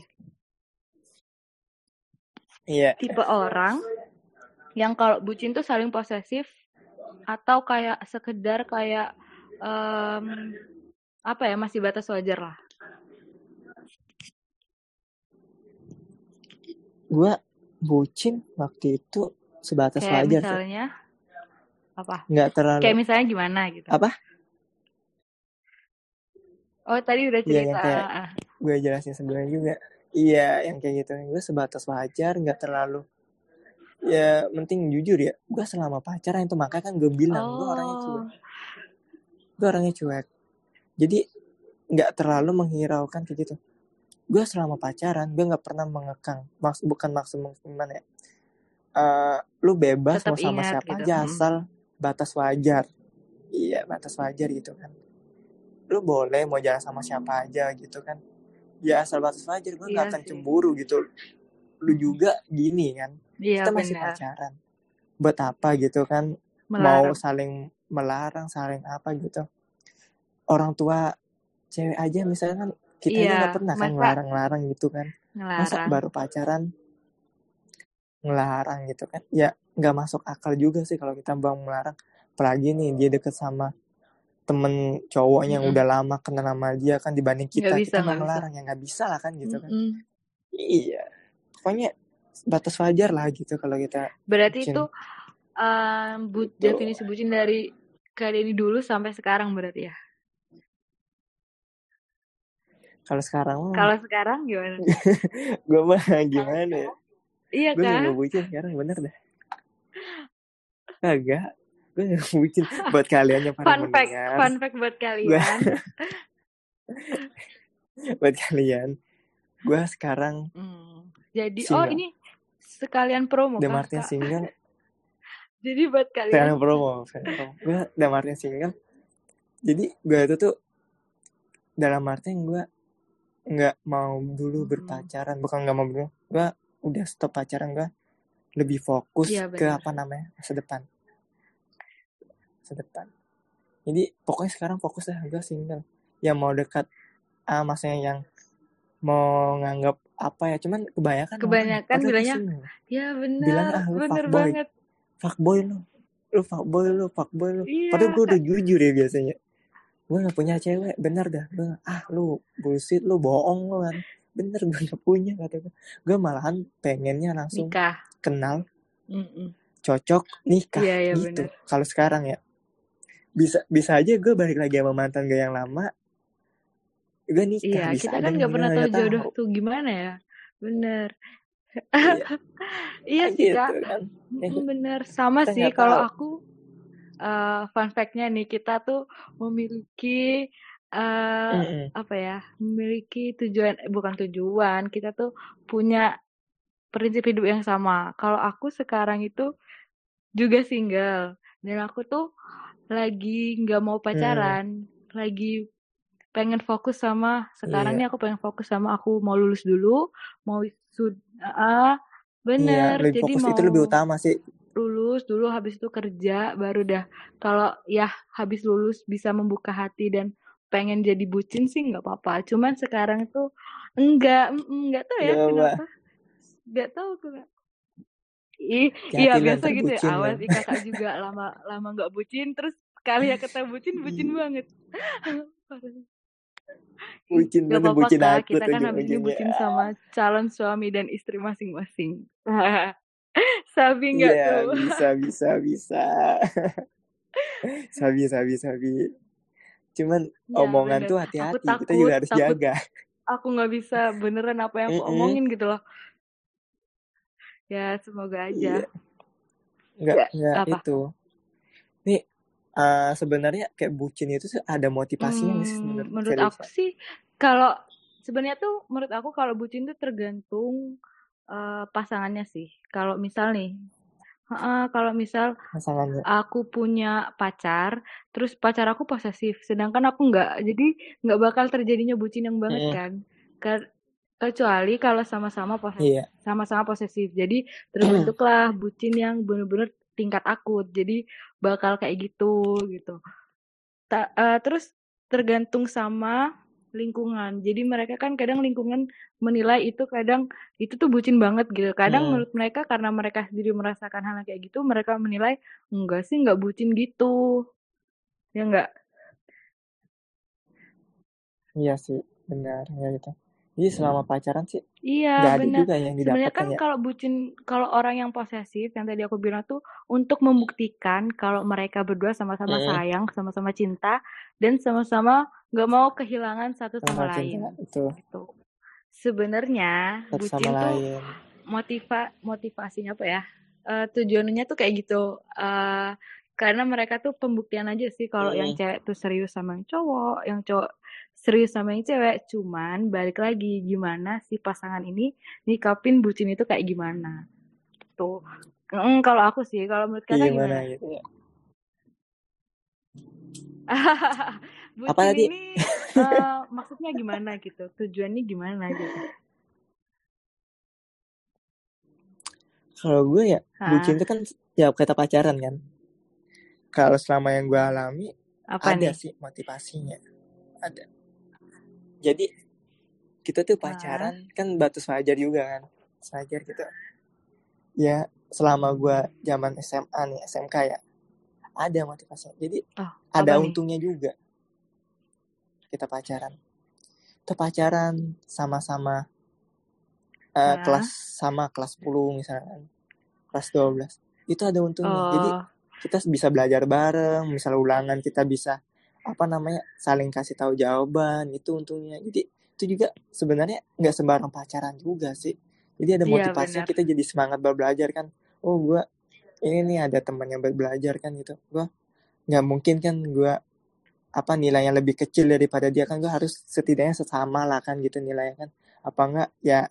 Iya. tipe orang yang kalau bucin tuh saling posesif atau kayak sekedar kayak um, apa ya masih batas wajar lah. Gue bucin waktu itu sebatas Kayak wajar sih. misalnya apa? Nggak terlalu. Kayak misalnya gimana gitu? Apa? Oh tadi udah Iya yang cerita. kayak gue jelasin sebelumnya juga. Iya yang kayak gitu. Gue sebatas wajar, nggak terlalu. Ya penting jujur ya. Gue selama pacaran itu makanya kan gue bilang gue orangnya Oh, cuek. Gue orangnya cuek. Jadi nggak terlalu menghiraukan kayak gitu. Gue selama pacaran gue nggak pernah mengekang. Maks bukan maksud gimana ya. Uh, lu bebas tetap mau sama ingat siapa gitu. aja Mm-mm. asal batas wajar. Iya batas wajar gitu kan. Lu boleh mau jalan sama siapa aja gitu kan. Ya asal batas wajar. Gue Iya gak akan sih. cemburu gitu. Lu juga gini kan. Iya Kita masih benar. pacaran. Buat apa gitu kan. Mau Melarang. saling melarang, saling apa gitu. Orang tua cewek aja misalnya kan. Kita Iya, aja gak pernah kan masa ngelarang-larang gitu kan. Masa ngelarang. baru pacaran ngelarang gitu kan. Ya gak masuk akal juga sih kalau kita bang melarang. Apalagi nih dia deket sama temen cowoknya yang Mm-mm. udah lama kenal sama dia kan dibanding kita. Nggak bisa, Kita mau nggak bisa. ngelarang ya gak bisa lah kan gitu kan. Mm-mm. Iya. Pokoknya batas wajar lah gitu kalau kita Berarti bucin. itu um, bu- Gitu. definisi bucin dari Kak Deni dulu sampai sekarang berarti ya? Kalau sekarang mah Kalau sekarang gimana? gue mah gimana ya? Iya Gue kan? gak bucin sekarang bener dah. Agak. Gue gak bucin buat kalian yang para Fun fact, mendengar. fun fact buat kalian. Buat kalian. Gue sekarang Hmm. Jadi single. oh ini sekalian promo Dalam kah, artian Kak? single. Jadi buat kalian. Sekarang promo. promo. Gue dalam artian single. Jadi gue itu tuh dalam artian gue nggak mau dulu Hmm. berpacaran. Bukan nggak mau dulu. Gue udah stop pacaran. Gue lebih fokus Iya, ke benar. apa namanya masa depan. Masa depan. Jadi pokoknya sekarang fokus lah gue single. Yang mau dekat, ah maksudnya yang mau nganggap apa ya, cuman kebanyakan Kebanyakan orang bilangnya, single. ya benar, Bilang ah lu bener fuckboy, banget. fuckboy lu, lu fuckboy lu, fuckboy lu. Iya. Padahal gue udah jujur ya biasanya. Gue nggak punya cewek, bener dah. Gue ah lu bullshit, lu bohong lu kan. Bener gue nggak punya kata gue. Gue malahan pengennya langsung Nikah. kenal, Mm-mm. cocok, nikah Iya, iya, gitu. bener. Kalau sekarang ya bisa bisa aja gue balik lagi sama mantan gue yang lama. Gue nikah Iya, bisa kita aja kan nggak pernah tahu gak jodoh tahu. tuh gimana ya, bener. Iya, Iya sih gitu, Kak, kan. mm, bener. Sama Kita sih nggak kalau tahu. aku uh, fun fact-nya nih kita tuh memiliki uh, Mm-mm. apa ya, memiliki tujuan, eh, bukan tujuan, kita tuh punya prinsip hidup yang sama. Kalau aku sekarang itu juga single dan aku tuh lagi nggak mau pacaran, hmm. lagi pengen fokus sama sekarang Iya. nih aku pengen fokus sama aku mau lulus dulu, mau sud, uh, bener. Iya, lebih jadi fokus mau itu lebih utama sih. Lulus dulu, habis itu kerja, baru dah kalau ya habis lulus bisa membuka hati dan pengen jadi bucin sih nggak apa-apa. Cuman sekarang tuh enggak, enggak tahu ya Gak kenapa. Gak tahu aku nggak. Ih, iya Hati-hati lu biasa ntar gitu ya. bucin lu. Awas, ih kakak juga lama lama nggak bucin, terus sekali ya kata bucin, bucin banget. Ih, Bucin gak lu nih, apa-apa bucin kak, aku kita tuh kan habis ini ujung-ujungnya. bucin sama calon suami dan istri masing-masing. Sabi nggak Iya, tuh? bisa, bisa, bisa. Sabi, sabi, sabi. Cuman Ya omongan bener, tuh aku hati-hati, kita takut, juga harus takut jaga. aku nggak bisa beneran apa yang aku Mm-mm. omongin gitu loh. Ya semoga aja. Iya, nggak, Ya. nggak Apa? itu. Nih, uh, sebenarnya kayak bucin itu tuh ada motivasinya nggak sih Hmm, menurut menurut aku Felicia? sih kalau sebenarnya tuh menurut aku kalau bucin tuh tergantung eh, pasangannya sih. Kalau misal nih, heeh, kalau misal Pasangannya. aku punya pacar, terus pacar aku posesif, sedangkan aku nggak, jadi nggak bakal terjadinya bucin yang banget Mm-mm. kan. Ke- Kecuali kalau sama-sama posesif, Iya. sama-sama posesif. Jadi terbentuklah bucin yang bener-bener tingkat akut. Jadi bakal kayak gitu gitu. Ta- eh, terus tergantung sama lingkungan. Jadi mereka kan kadang lingkungan menilai itu kadang itu tuh bucin banget gitu. Kadang Mm-mm. menurut mereka karena mereka sendiri merasakan hal yang kayak gitu, mereka menilai enggak sih enggak bucin gitu. Ya enggak? Iya sih, benar ya gitu. Jadi selama pacaran sih Iya, nggak ada benar. juga yang Sebenarnya kan didapatkan ya. kalau bucin, kalau orang yang posesif yang tadi aku bilang tuh untuk membuktikan kalau mereka berdua sama-sama Mm-mm. sayang, sama-sama cinta, dan sama-sama nggak mau kehilangan satu sama Sama cinta lain. itu Gitu. Sebenarnya satu sama bucin tuh lain. motiva motivasinya apa ya? Eh, tujuannya tuh kayak gitu. Eh, karena mereka tuh pembuktian aja sih kalau yang Mm-mm. cewek tuh serius sama yang cowok, yang cowok serius sama yang cewek. Cuman balik lagi gimana si pasangan ini nyikapin bucin itu kayak gimana. Tuh. Mm, kalau aku sih, kalau menurut Kayak kakak gimana gimana? gitu ya. Apa Bucin tadi? ini eh, maksudnya gimana gitu? Tujuannya gimana gitu? Kalau gue ya, bucin Hah, itu kan ya kata pacaran kan. Kalau selama yang gue alami, apa ada nih? sih motivasinya. Ada. Jadi kita tuh Hah? pacaran kan batas wajar juga kan. Wajar gitu. Ya selama gue zaman S M A nih, S M K ya, ada motivasinya. Jadi Oh, apa ada nih? untungnya juga kita pacaran. Kita pacaran sama-sama uh, Hah? kelas sama kelas sepuluh misalkan, kelas dua belas. Itu ada untungnya. Jadi Oh, kita bisa belajar bareng, misal ulangan kita bisa apa namanya saling kasih tahu jawaban, itu untungnya. Jadi itu juga sebenarnya nggak sembarang pacaran juga sih. Jadi ada iya motivasinya, benar. kita jadi semangat belajar kan. Oh gue ini nih ada teman yang belajar kan gitu. Gue nggak mungkin kan gue apa nilainya lebih kecil daripada dia kan, gue harus setidaknya sesama lah kan gitu nilainya kan. Apa enggak ya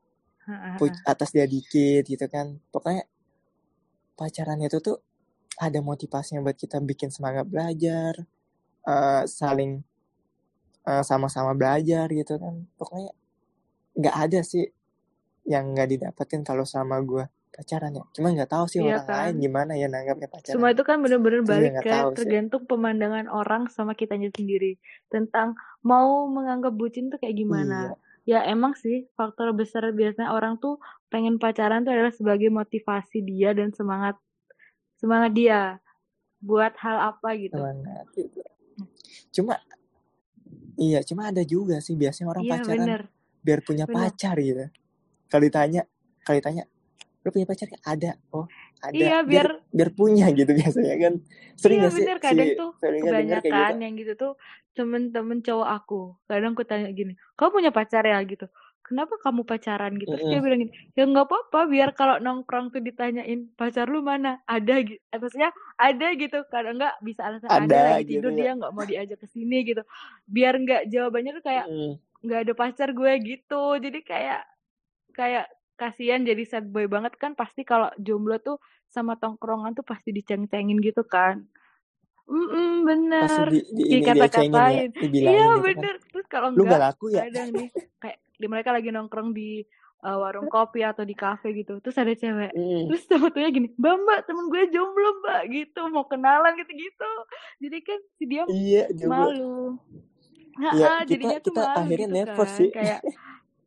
atas dia dikit gitu kan. Pokoknya pacaran itu tuh ada motivasinya buat kita bikin semangat belajar, uh, saling uh, sama-sama belajar gitu kan. Pokoknya nggak ada sih yang nggak didapatkan kalau sama gue pacaran ya. Cuma nggak tahu sih Iya orang kan? lain gimana ya nanggapnya pacaran. Semua itu kan bener-bener Itu juga balik nggak ke tahu sih. tergantung pemandangan orang sama kitanya sendiri. Tentang mau menganggap bucin tuh kayak Iya, gimana. Ya emang sih faktor besar biasanya orang tuh pengen pacaran tuh adalah sebagai motivasi dia dan semangat semangat dia buat hal apa gitu. semangat gitu. Cuma iya, cuma ada juga sih biasanya orang Iya pacaran bener, biar punya bener. pacar gitu. Kalau ditanya, kalau ditanya, lu punya pacar kan? Ada. Oh, ada. Iya Biar biar biar punya gitu biasanya kan. Sering Iya gak sih bener, si kadang tuh Felinya denger kayak kebanyakan gitu? yang gitu tuh temen-temen cowok aku. Kadang aku tanya gini, kamu punya pacar ya gitu? Kenapa kamu pacaran gitu? Terus dia Mm-mm. bilang gini, ya nggak apa-apa biar kalau nongkrong tuh ditanyain pacar lu mana? Ada gitu. Eh, maksudnya ada gitu. Kadang nggak bisa alasan ada Ada lagi gitu tidur ya. dia nggak mau diajak ke sini gitu. Biar nggak jawabannya tuh kayak Mm. nggak ada pacar gue gitu. Jadi kayak kayak kasihan jadi sad boy banget kan pasti kalau jomblo tuh sama tongkrongan tuh pasti diceng-cengin gitu kan. Mhm, Pasti bener. di, di ini diecengin ya, Dikata-katain. Iya dibilangin gitu kan. bener. Terus kalau Lu enggak, gak laku ya? kadang nih kayak di mereka lagi nongkrong di uh, warung kopi atau di kafe gitu. Terus ada cewek. Mm. Terus temen-temennya gini, Mbak, Mbak, temen gue jomblo, Mbak, gitu. Mau kenalan gitu-gitu. Jadi kan si dia Iya, jomblo. malu. Ya Heeh, kita jadinya tuh kita malu akhirnya gitu never kan. sih. Kayak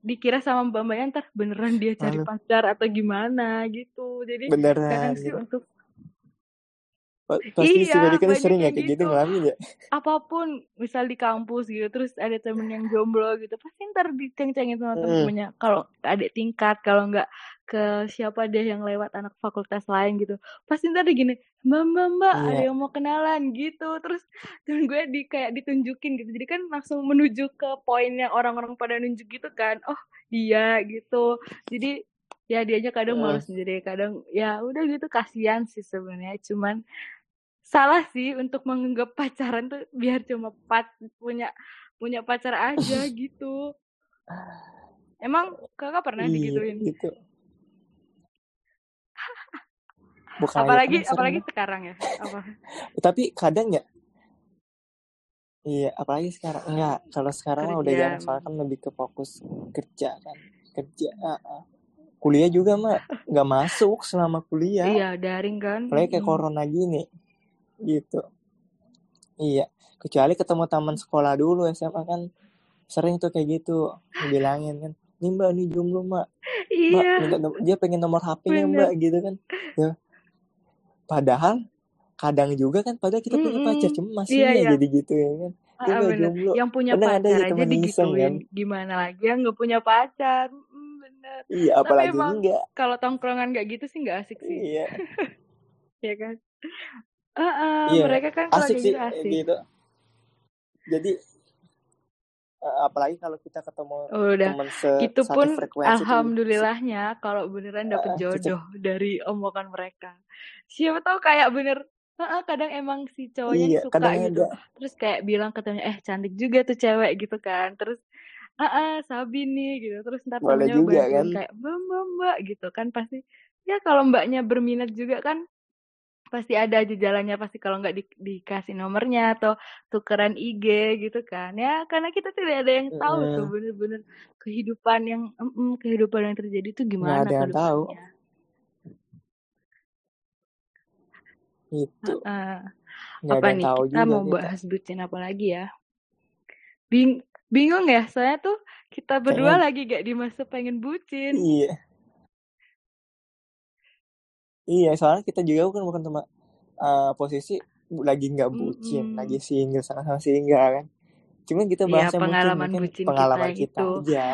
dikira sama mbak-mbaknya ntar beneran dia cari Malu. pacar atau gimana gitu. Jadi Beneran kadang sih gitu. untuk Pa- Pasti si Medi iya kan banyak sering ya yang kayak gitu gitu. ngalamin ya. Apapun misal di kampus gitu terus ada temen yang jomblo gitu pasti ntar diceng-cengin sama Mm. temen-temennya kalau ke adik tingkat kalau nggak ke siapa deh yang lewat anak fakultas lain gitu pasti ntar dia gini mbak mbak mbak ada Iya. yang mau kenalan gitu terus dan gue di kayak ditunjukin gitu jadi kan langsung menuju ke poin yang orang-orang pada nunjuk gitu kan oh dia gitu jadi ya dianya kadang Mm. malu sendiri kadang ya udah gitu kasihan sih sebenarnya cuman salah sih untuk menganggap pacaran tuh biar cuma pat punya punya pacar aja gitu. Emang kakak pernah Iya digituin? gitu. Bukan aja Apalagi pernah, sering apalagi banget. sekarang ya. Apa? Tapi kadang ya, iya apalagi sekarang enggak. Kalau sekarang mah udah jarang Kerja. soalnya kan lebih ke fokus kerja kan. Kerja. ah, ah. Kuliah juga mah nggak masuk selama kuliah. Iya, daring kan. Apalagi kayak Mm-mm. corona gini. Gitu. Iya. Kecuali ketemu teman sekolah dulu S M A kan sering tuh kayak gitu dibilangin kan. Nih mbak, nih jomblo mbak. Mbak, Iya, minta nom- dia pengen nomor H P-nya bener. mbak gitu kan. Ya. Padahal kadang juga kan padahal kita punya pacar Mm-mm. cuma masih Iya, ya iya. jadi gitu ya kan. Dia Ah, ah, mbak bener. jomblo. Yang punya Kadang ada pacar aja aja temen iseng kan. digituin. Gimana lagi yang nggak punya pacar? Mm, bener. Iya Tapi apalagi emang enggak. kalau tongkrongan kayak gitu sih nggak asik sih. Iya. Ya kan? Ah, ah, Iya mereka kan kalau asik kayak sih gitu asik. gitu. Jadi eh, apalagi kalau kita ketemu Udah, teman se- itu satu pun frekuensi tuh gitu. alhamdulillahnya kalau beneran dapet Eh, cocok. jodoh dari omongan mereka. Siapa tahu kayak bener, "Heeh, kadang emang si cowoknya Iya suka kadang gitu. ada. Terus kayak bilang katanya, eh cantik juga tuh cewek gitu kan. Terus, ah Sabi nih gitu. Terus ntar Boleh temennya juga kan. bantuin kayak, mbak, mbak, mbak gitu kan. Pasti, ya kalau mbaknya berminat juga kan pasti ada aja jalannya pasti kalau nggak di, dikasih nomornya atau tukeran I G gitu kan ya karena kita tidak ada yang tahu tuh Mm-mm. bener-bener kehidupan yang mm, kehidupan yang terjadi itu Nggak gimana ada ke yang tahu depannya. itu. Heeh. Nggak Apa ada yang nih tahu kita juga mau kita. bahas bucin apa lagi ya Bing bingung ya soalnya tuh kita berdua Kayaknya lagi gak di masa pengen bucin. iya. Iya soalnya kita juga kan bukan teman uh, posisi lagi nggak bucin, lagi Mm-mm. single sama-sama single kan. Cuman kita Ya bahasnya mungkin pengalaman mungkin bucin kita pengalaman yang kita itu. aja.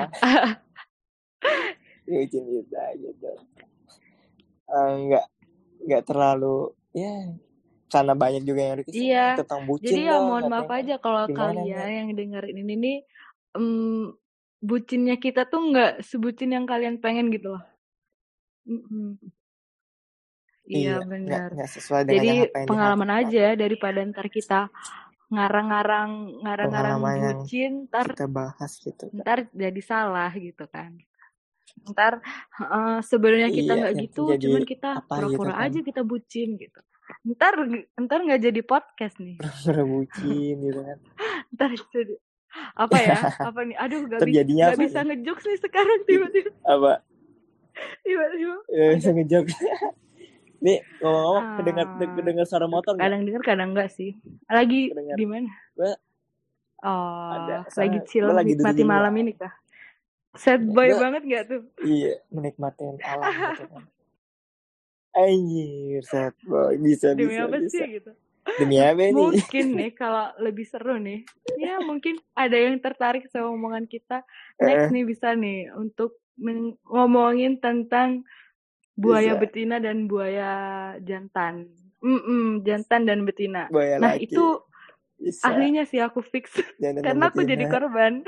Bucin kita gitu. Uh, nggak nggak terlalu ya karena banyak juga yang request Iya, tentang bucin jadi ya dong mohon maaf katanya kan. aja kalau Gimana kalian nih? yang dengerin ini nih, um, bucinnya kita tuh nggak sebucin yang kalian pengen gitu loh. Mm-mm. Iya Iya nggak benar. nggak sesuai dengan Jadi yang apa yang pengalaman diharapkan. aja daripada ntar kita ngarang-ngarang ngarang-ngarang Pengalaman yang bucin, ntar kita bahas gitu kan. ntar jadi salah gitu kan. Ntar uh, sebenarnya kita Iya nggak yang gitu, jadi cuman kita apa gitu pura-pura kan. aja kita bucin gitu. Ntar ntar nggak jadi podcast nih. Berbucin gitu kan. Ntar jadi apa ya apa nih aduh nggak bisa Terjadinya nggak apa bisa nih? ngejokes nih sekarang tiba-tiba Apa? tiba-tiba Ya, bisa ada ngejok. Nih ngomong-ngomong kedengar ah, kedengar suara motor nggak? kadang dengar kadang enggak sih lagi Kedengar. di mana Gue ada. oh lagi Soalnya chill gue lagi duduk menikmati di malam luar. ini kah sad boy Gue banget nggak tuh iya menikmati alam gitu kan. Anjir, sad boy. Bisa, demi bisa, apa bisa. sih gitu Demi apa nih? mungkin nih kalau lebih seru nih ya mungkin ada yang tertarik sama omongan kita next nih bisa nih untuk men- ngomongin tentang buaya Bisa. betina dan buaya jantan. Mm-mm, jantan dan betina. Buaya Nah, laki. itu Bisa. ahlinya sih aku fix. Jangan Karena aku jadi korban.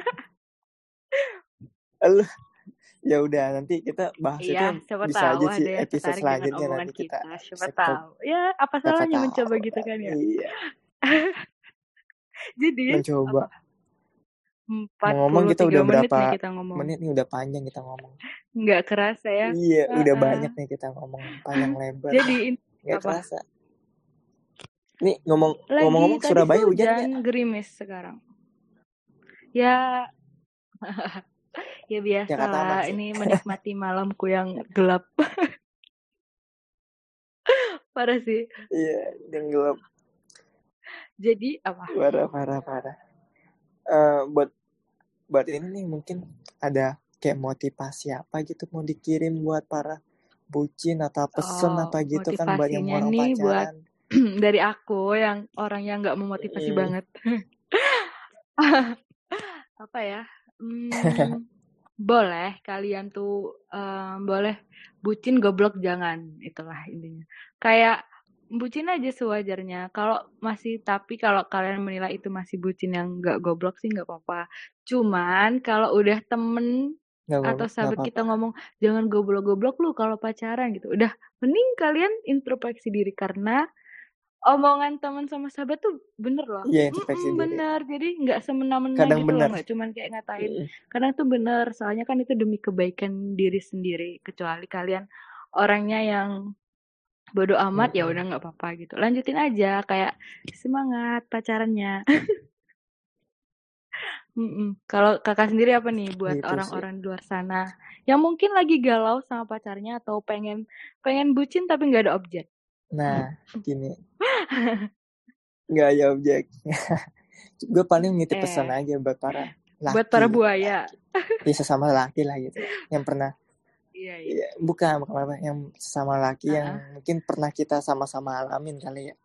Aduh, ya udah nanti kita bahas Iya, itu siapa bisa tahu aja sih ada yang episode tertarik dengan selanjutnya omongan nanti kita kita. Siapa episode tahu. Ya, apa siapa salahnya tahu mencoba gitu kan ya. iya Jadi, mencoba apa? mau ngomong kita empat puluh tiga udah menit berapa nih kita ngomong. menit nih udah panjang kita ngomong Nggak kerasa ya. iya Uh-uh. udah banyak nih kita ngomong panjang lebar Jadi, nggak apa? kerasa nih ngomong Lagi ngomong-ngomong tadi Surabaya sih hujan hujan nggak? gerimis sekarang. Ya, ya biasa Jakarta aman lah. sih. Ini menikmati malamku yang gelap. Parah sih. Iya yang gelap. Jadi apa? Parah parah parah. Uh, buat buat ini nih mungkin ada kayak motivasi apa gitu mau dikirim buat para bucin atau pesen Oh, apa gitu kan buat yang motivasinya orang nih buat pacaran. dari aku yang orang yang nggak memotivasi Mm. banget. Apa ya? Hmm, boleh kalian tuh em, boleh bucin goblok jangan, itulah intinya. Kayak bucin aja sewajarnya. Kalau masih tapi kalau kalian menilai itu masih bucin yang nggak goblok sih nggak apa-apa. Cuman kalau udah temen Nggak atau apa- nggak sahabat kita apa-apa. ngomong jangan goblok-goblok lu kalau pacaran gitu. Udah mending kalian introspeksi diri karena omongan teman sama sahabat tuh bener loh. Iya, introspeksi Mm-mm, diri. bener. Jadi nggak semena-mena Kadang gitu loh. bener. Nggak cuman kayak ngatain. Mm. Kadang tuh bener. Soalnya kan itu demi kebaikan diri sendiri. Kecuali kalian orangnya yang bodo amat, ya Mm-mm. udah nggak apa-apa gitu. Lanjutin aja kayak semangat pacarannya. Mm-mm. Kalau kakak sendiri apa nih buat Gitu sih. orang-orang di luar sana yang mungkin lagi galau sama pacarnya atau pengen pengen bucin tapi nggak ada objek? Nah, gini. Nggak ada objek. Gue paling nitip pesan Eh, aja buat para laki. buat para buaya. Laki. Ya sesama laki lah gitu. Yang pernah. Iya, iya. Ya, bukan, bukan apa. Yang sesama laki Uh-uh. yang mungkin pernah kita sama-sama alamin kali ya.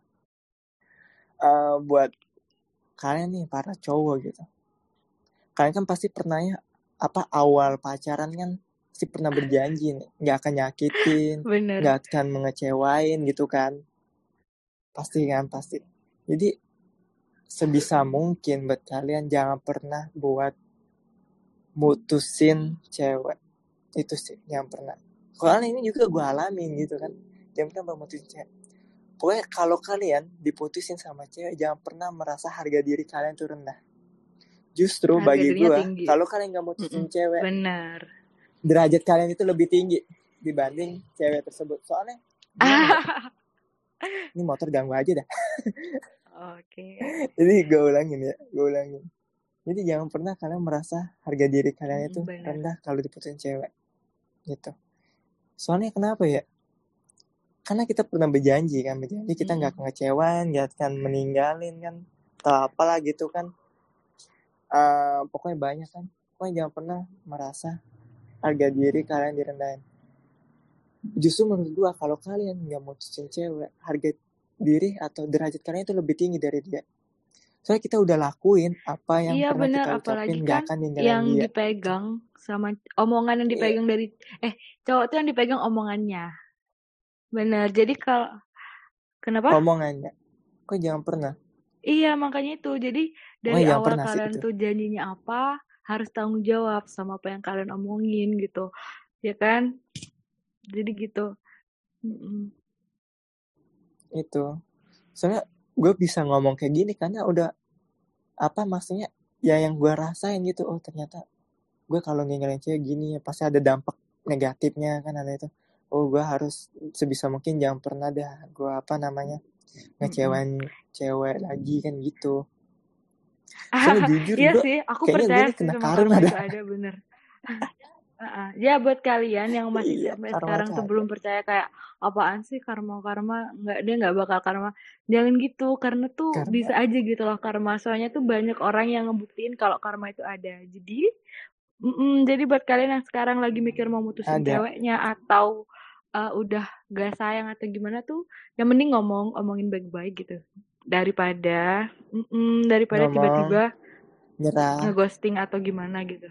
Uh, buat kalian nih, para cowok gitu. Kalian kan pasti pernah ya, apa, awal pacaran kan pasti pernah berjanji nih. Nggak akan nyakitin. Bener. Nggak akan mengecewain gitu kan. Pasti kan, pasti. Jadi sebisa mungkin buat kalian jangan pernah buat mutusin cewek. Itu sih yang pernah. Soalnya ini juga gue alamin gitu kan. Jangan pernah mutusin cewek. Pokoknya kalau kalian diputusin sama cewek, jangan pernah merasa harga diri kalian tuh rendah. Justru Harga bagi dirinya gue, tinggi. kalau kalian gak mutusin Mm-mm. cewek, Bener. derajat kalian itu lebih tinggi dibanding cewek tersebut. Soalnya gimana ya? Ini motor ganggu aja dah. Oke. Jadi gue ulangin ya, gue ulangin. Jadi jangan pernah kalian merasa harga diri kalian itu Bener. rendah kalau diputusin cewek. Gitu. Soalnya kenapa ya? Karena kita pernah berjanji kan, berjanji kita nggak akan ngecewain, nggak akan meninggalin kan, atau apalah gitu kan. Uh, pokoknya banyak kan. Pokoknya jangan pernah merasa harga diri kalian direndahin. Justru menurut gua kalau kalian nggak mutusin cewek, harga diri atau derajat kalian itu lebih tinggi dari dia. Soalnya kita udah lakuin apa yang iya, pernah bener. kita ucapin, nggak Kan akan ninggalin yang dia. dipegang sama omongan yang dipegang yeah. dari eh cowok tuh yang dipegang omongannya. Bener. Jadi kalau kenapa? Omongannya. Kok jangan pernah. Iya, makanya itu. Jadi dari oh, awal kalian tuh janjinya apa, harus tanggung jawab sama apa yang kalian omongin gitu. Ya kan? Jadi gitu. Mm-mm. Itu. Soalnya gue bisa ngomong kayak gini karena udah apa maksudnya ya yang gue rasain gitu. Oh ternyata gue kalau ninggalin cewek gini ya pasti ada dampak negatifnya kan, ada itu. Oh gue harus sebisa mungkin jangan pernah dah gue apa namanya ngecewain mm-hmm. cewek lagi kan gitu. Soalnya jujur iya gue sih, aku kayaknya gue percaya nih kena sama karma dah. ada bener. uh-uh. Ya buat kalian yang masih iya, sampai sekarang tuh belum percaya kayak apaan sih karma-karma, nggak, dia nggak bakal karma. Jangan gitu, karena tuh karma. Bisa aja gitu loh karma. Soalnya tuh banyak orang yang ngebuktiin kalau karma itu ada. Jadi Mm-mm, jadi buat kalian yang sekarang lagi mikir mau mutusin ada. Ceweknya atau uh, udah gak sayang atau gimana tuh, yang mending ngomong, omongin baik-baik gitu. Daripada mm-mm, daripada ngomong, tiba-tiba nyerah, ngeghosting atau gimana gitu.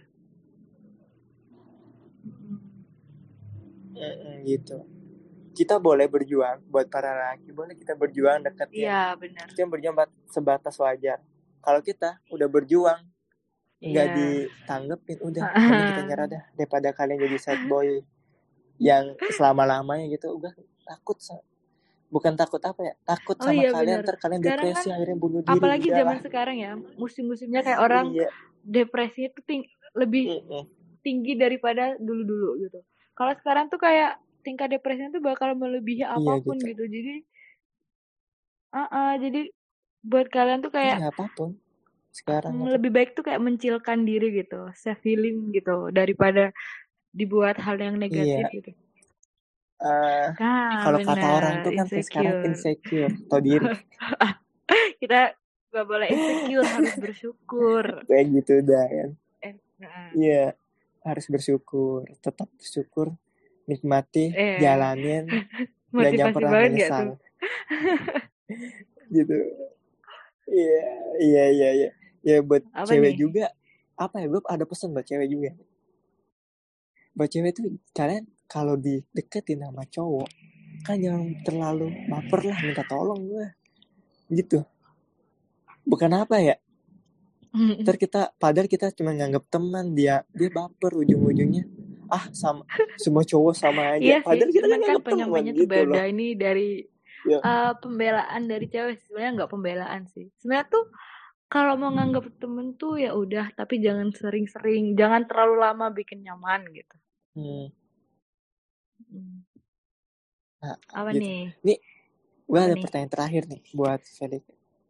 Mm-mm, gitu. Kita boleh berjuang buat para laki, boleh kita berjuang deketin. Iya, benar. Kita berjuang sebatas wajar. Kalau kita udah berjuang nggak yeah. ditanggepin, udah mending kita nyerah dah daripada kalian jadi sad boy yang selama-lamanya gitu. Udah takut, bukan takut apa ya, takut oh, sama iya, kalian ntar kalian sekarang depresi kan, akhirnya bunuh diri. Apalagi zaman lah. Sekarang ya musim-musimnya kayak orang iya. Depresi itu ting- lebih mm-hmm. tinggi daripada dulu-dulu gitu. Kalau sekarang tuh kayak tingkat depresinya tuh bakal melebihi apapun iya, gitu. gitu jadi uh-uh, jadi buat kalian tuh kayak iya, apapun sekarang mm, lebih baik tuh kayak mencilkan diri gitu, self healing gitu daripada dibuat hal yang negatif iya. gitu. Uh, nah, kalau kata orang tuh kan insecure. Sekarang insecure, tau diri. Kita gak boleh insecure, harus bersyukur. Kayak gitu dah kan. Eh, nah. Iya. harus bersyukur, tetap bersyukur, nikmati, Eh, jalanin, dan jangan motivasi pernah banget gak menyesal. tuh? Gitu. Iya, iya, iya, iya. Ya buat Apa cewek nih? juga, apa ya, gue ada pesan buat cewek juga. Buat cewek tuh, kalian kalau dideketin sama cowok, kan jangan terlalu baper lah, minta tolong gue. Gitu. Bukan apa ya? Ntar kita, padahal kita cuma nganggap teman, dia dia baper ujung-ujungnya. Ah, sama semua cowok sama aja. Iya sih, Padahal kita kan cuman kan nganggap teman penyampainya tuh gitu beda. loh. Ini dari Ya. uh, pembelaan dari cewek. Sebenarnya nggak pembelaan sih. Sebenarnya tuh kalau mau nganggap temen tuh ya udah, tapi jangan sering-sering, jangan terlalu lama bikin nyaman gitu. Hmm. Hmm. Nah, Apa gitu. nih? Nih, gue Apa ada nih? pertanyaan terakhir nih buat Felix.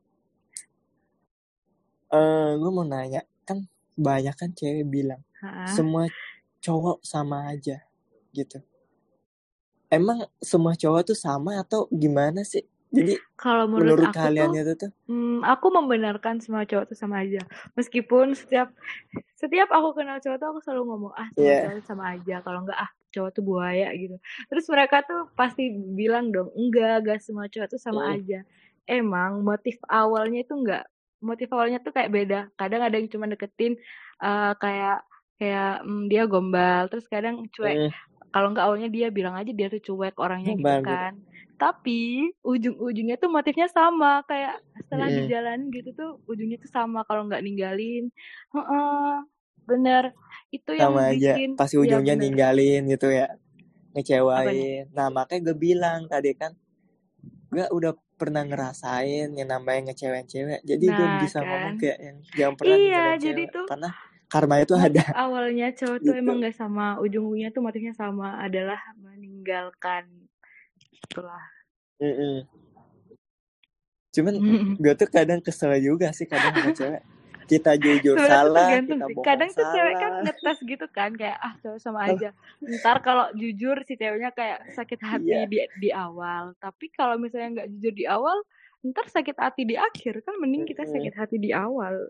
Uh, gue mau nanya, kan banyak kan cewek bilang Ha-ha. semua cowok sama aja gitu. Emang semua cowok tuh sama atau gimana sih? Jadi kalau menurut, menurut aku kalian tuh, itu tuh? Hmm, aku membenarkan semua cowok tuh sama aja. Meskipun setiap setiap aku kenal cowok tuh aku selalu ngomong ah semua Yeah. cowok tuh sama aja. Kalau enggak ah cowok tuh buaya gitu. Terus mereka tuh pasti bilang dong enggak, enggak semua cowok tuh sama Hmm. aja. Emang motif awalnya itu enggak, motif awalnya tuh kayak beda. Kadang ada yang cuma deketin uh, kayak kayak hmm, dia gombal, terus kadang cuek. Hmm. Kalau enggak awalnya dia bilang aja dia tuh cuek orangnya gitu Gombal gitu. kan. Tapi ujung-ujungnya tuh motifnya sama, kayak setelah Hmm. dijalanin gitu tuh ujungnya tuh sama. Kalau nggak ninggalin, heeh, bener. Itu yang Sama aja, bikin, pasti ya ujungnya bener. ninggalin gitu ya, Apa nih? ngecewain. Nah makanya gue bilang tadi kan, gue udah pernah ngerasain yang namanya ngecewain cewek. Jadi gue Nah bisa ngomong kan, kayak yang jangan pernah iya ninggalin jadi cewek, tuh karena karma itu motif ada. awalnya cowok tuh Gitu. emang nggak sama, ujung-ujungnya tuh motifnya sama, adalah meninggalkan. Itulah. Mm-mm. Cuman gue tuh kadang kesel juga sih kadang sama cewek. Kita jujur Sebenarnya tuh salah, tergantung kita sih. bohong Kadang tuh cewek kan salah. ngetes gitu kan, kayak ah cowok sama Alah. aja. Ntar kalau jujur si ceweknya kayak sakit hati Iya. di di awal. Tapi kalau misalnya nggak jujur di awal, ntar sakit hati di akhir. Kan mending kita Mm-mm. sakit hati di awal.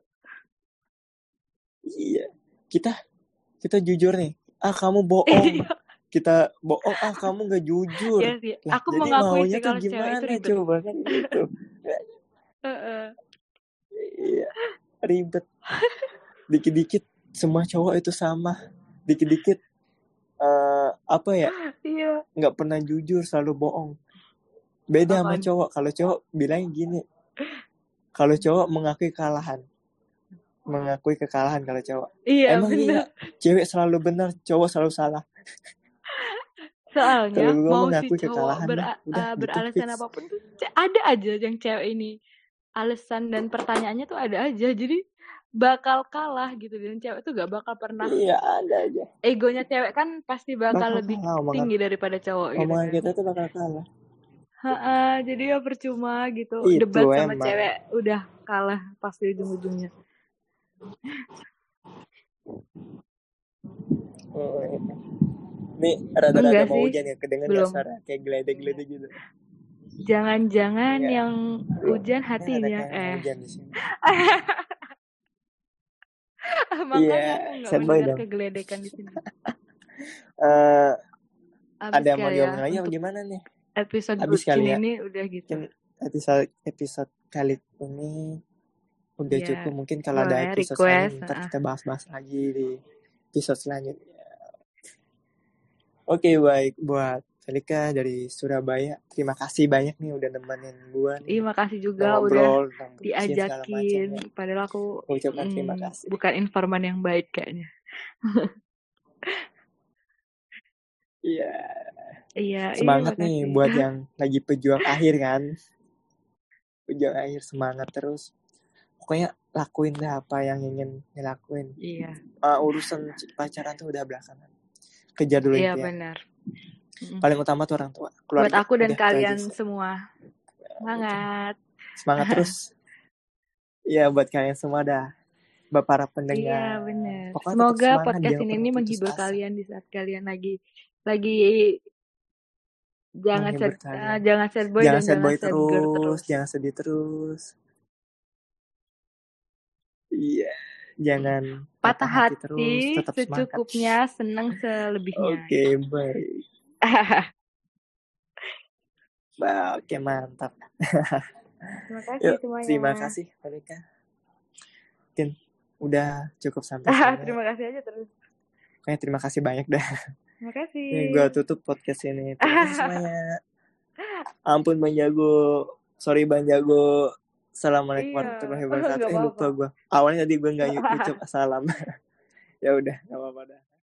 Iya. Kita kita jujur nih. Ah kamu bohong. Kita bohong. Ah kamu nggak jujur. Iya sih. Lah, Aku jadi mengakui maunya sih tuh kalau cewek itu gimana ribet. coba kan gitu. Heeh. Iya. Ribet. Dikit-dikit semua cowok itu sama. Dikit-dikit uh, apa ya? Iya. Nggak pernah jujur, selalu bohong. Beda sama Apaan? cowok. Kalau cowok bilangnya gini. Kalau cowok mengakui kekalahan. Mengakui kekalahan kalau cowok. Iya, Emang bener. iya, cewek selalu benar, cowok selalu salah. Soalnya Kalau gue mau si mengakui cowok kekalahan ber, mah, udah uh, gitu beralasan fix. apapun tuh ce- ada aja yang cewek ini alasan dan pertanyaannya tuh ada aja, jadi bakal kalah gitu. Dan cewek tuh gak bakal pernah, Iya ada aja. egonya cewek kan pasti bakal, Bakal lebih kalah omongan, tinggi daripada cowok gitu omongan kan. kita tuh bakal kalah. Ha-ha, jadi ya percuma gitu Itu debat sama emang. cewek, udah kalah pasti ujung-ujungnya. Oh, ini. Nih rada-rada Enggak mau sih, hujan ya, kedengeran ya belum. suara kayak geledek-geledek gitu. Jangan-jangan Enggak. yang hujan Ini ada hatinya kayak eh hujan di sini. makanya Iya, aku nggak sad boy mendengar dong. kegeledekan di sini. Eh, Abis ada yang mau kali ya diomongin lagi apa untuk gimana nih? episode Abis bucin kali ya. ini udah gitu. Mungkin episode episode kali ini udah Iya, cukup. Mungkin kalau ada boleh episode request. selanjutnya ntar ah. kita bahas-bahas lagi di episode selanjutnya. Oke, baik buat Felika dari Surabaya. Terima kasih banyak nih udah nemenin gue nih. Iya, makasih juga Ngobrol udah tentang bucin segala macam diajakin. ya. Padahal aku Ucapkan mm, terima kasih. bukan informan yang baik kayaknya. Iya. Iya, Semangat iya, nih makasih. buat yang lagi pejuang akhir kan. Pejuang akhir, semangat terus. Pokoknya lakuin deh apa yang ingin dilakuin. Iya. Uh, urusan pacaran tuh udah belakangan. Kejar dulu Iya, impian. benar. Paling utama tuh orang tua, keluarga. Buat aku dan udah, kalian semua. Semangat. Semangat terus. Iya, buat kalian semua dah. Buat para pendengar. Iya, benar. Pokoknya Semoga semangat, podcast ini, ini menghibur asa. Kalian di saat kalian lagi lagi jangan sad, uh, jangan sad boy jangan dan sad boy jangan sad girl terus. Jangan sedih terus. Iya. jangan Patah hati, terus, tetap secukupnya, semangat. senang selebihnya. Oke, okay, baik. Bah, oke, okay, mantap. Terima kasih Yuk, semuanya. Terima kasih, Malika. Mungkin udah cukup sampai sini. Terima kasih aja terus. Oke, terima kasih banyak dah. Terima kasih. Nih, gue tutup podcast ini. Terima kasih semuanya. Ampun Bang Jago. Sorry Bang Jago. Assalamualaikum Iya. warahmatullahi wabarakatuh. Eh, lupa apa-apa. gue. Awalnya tadi gue nggak ucap salam. Ya udah.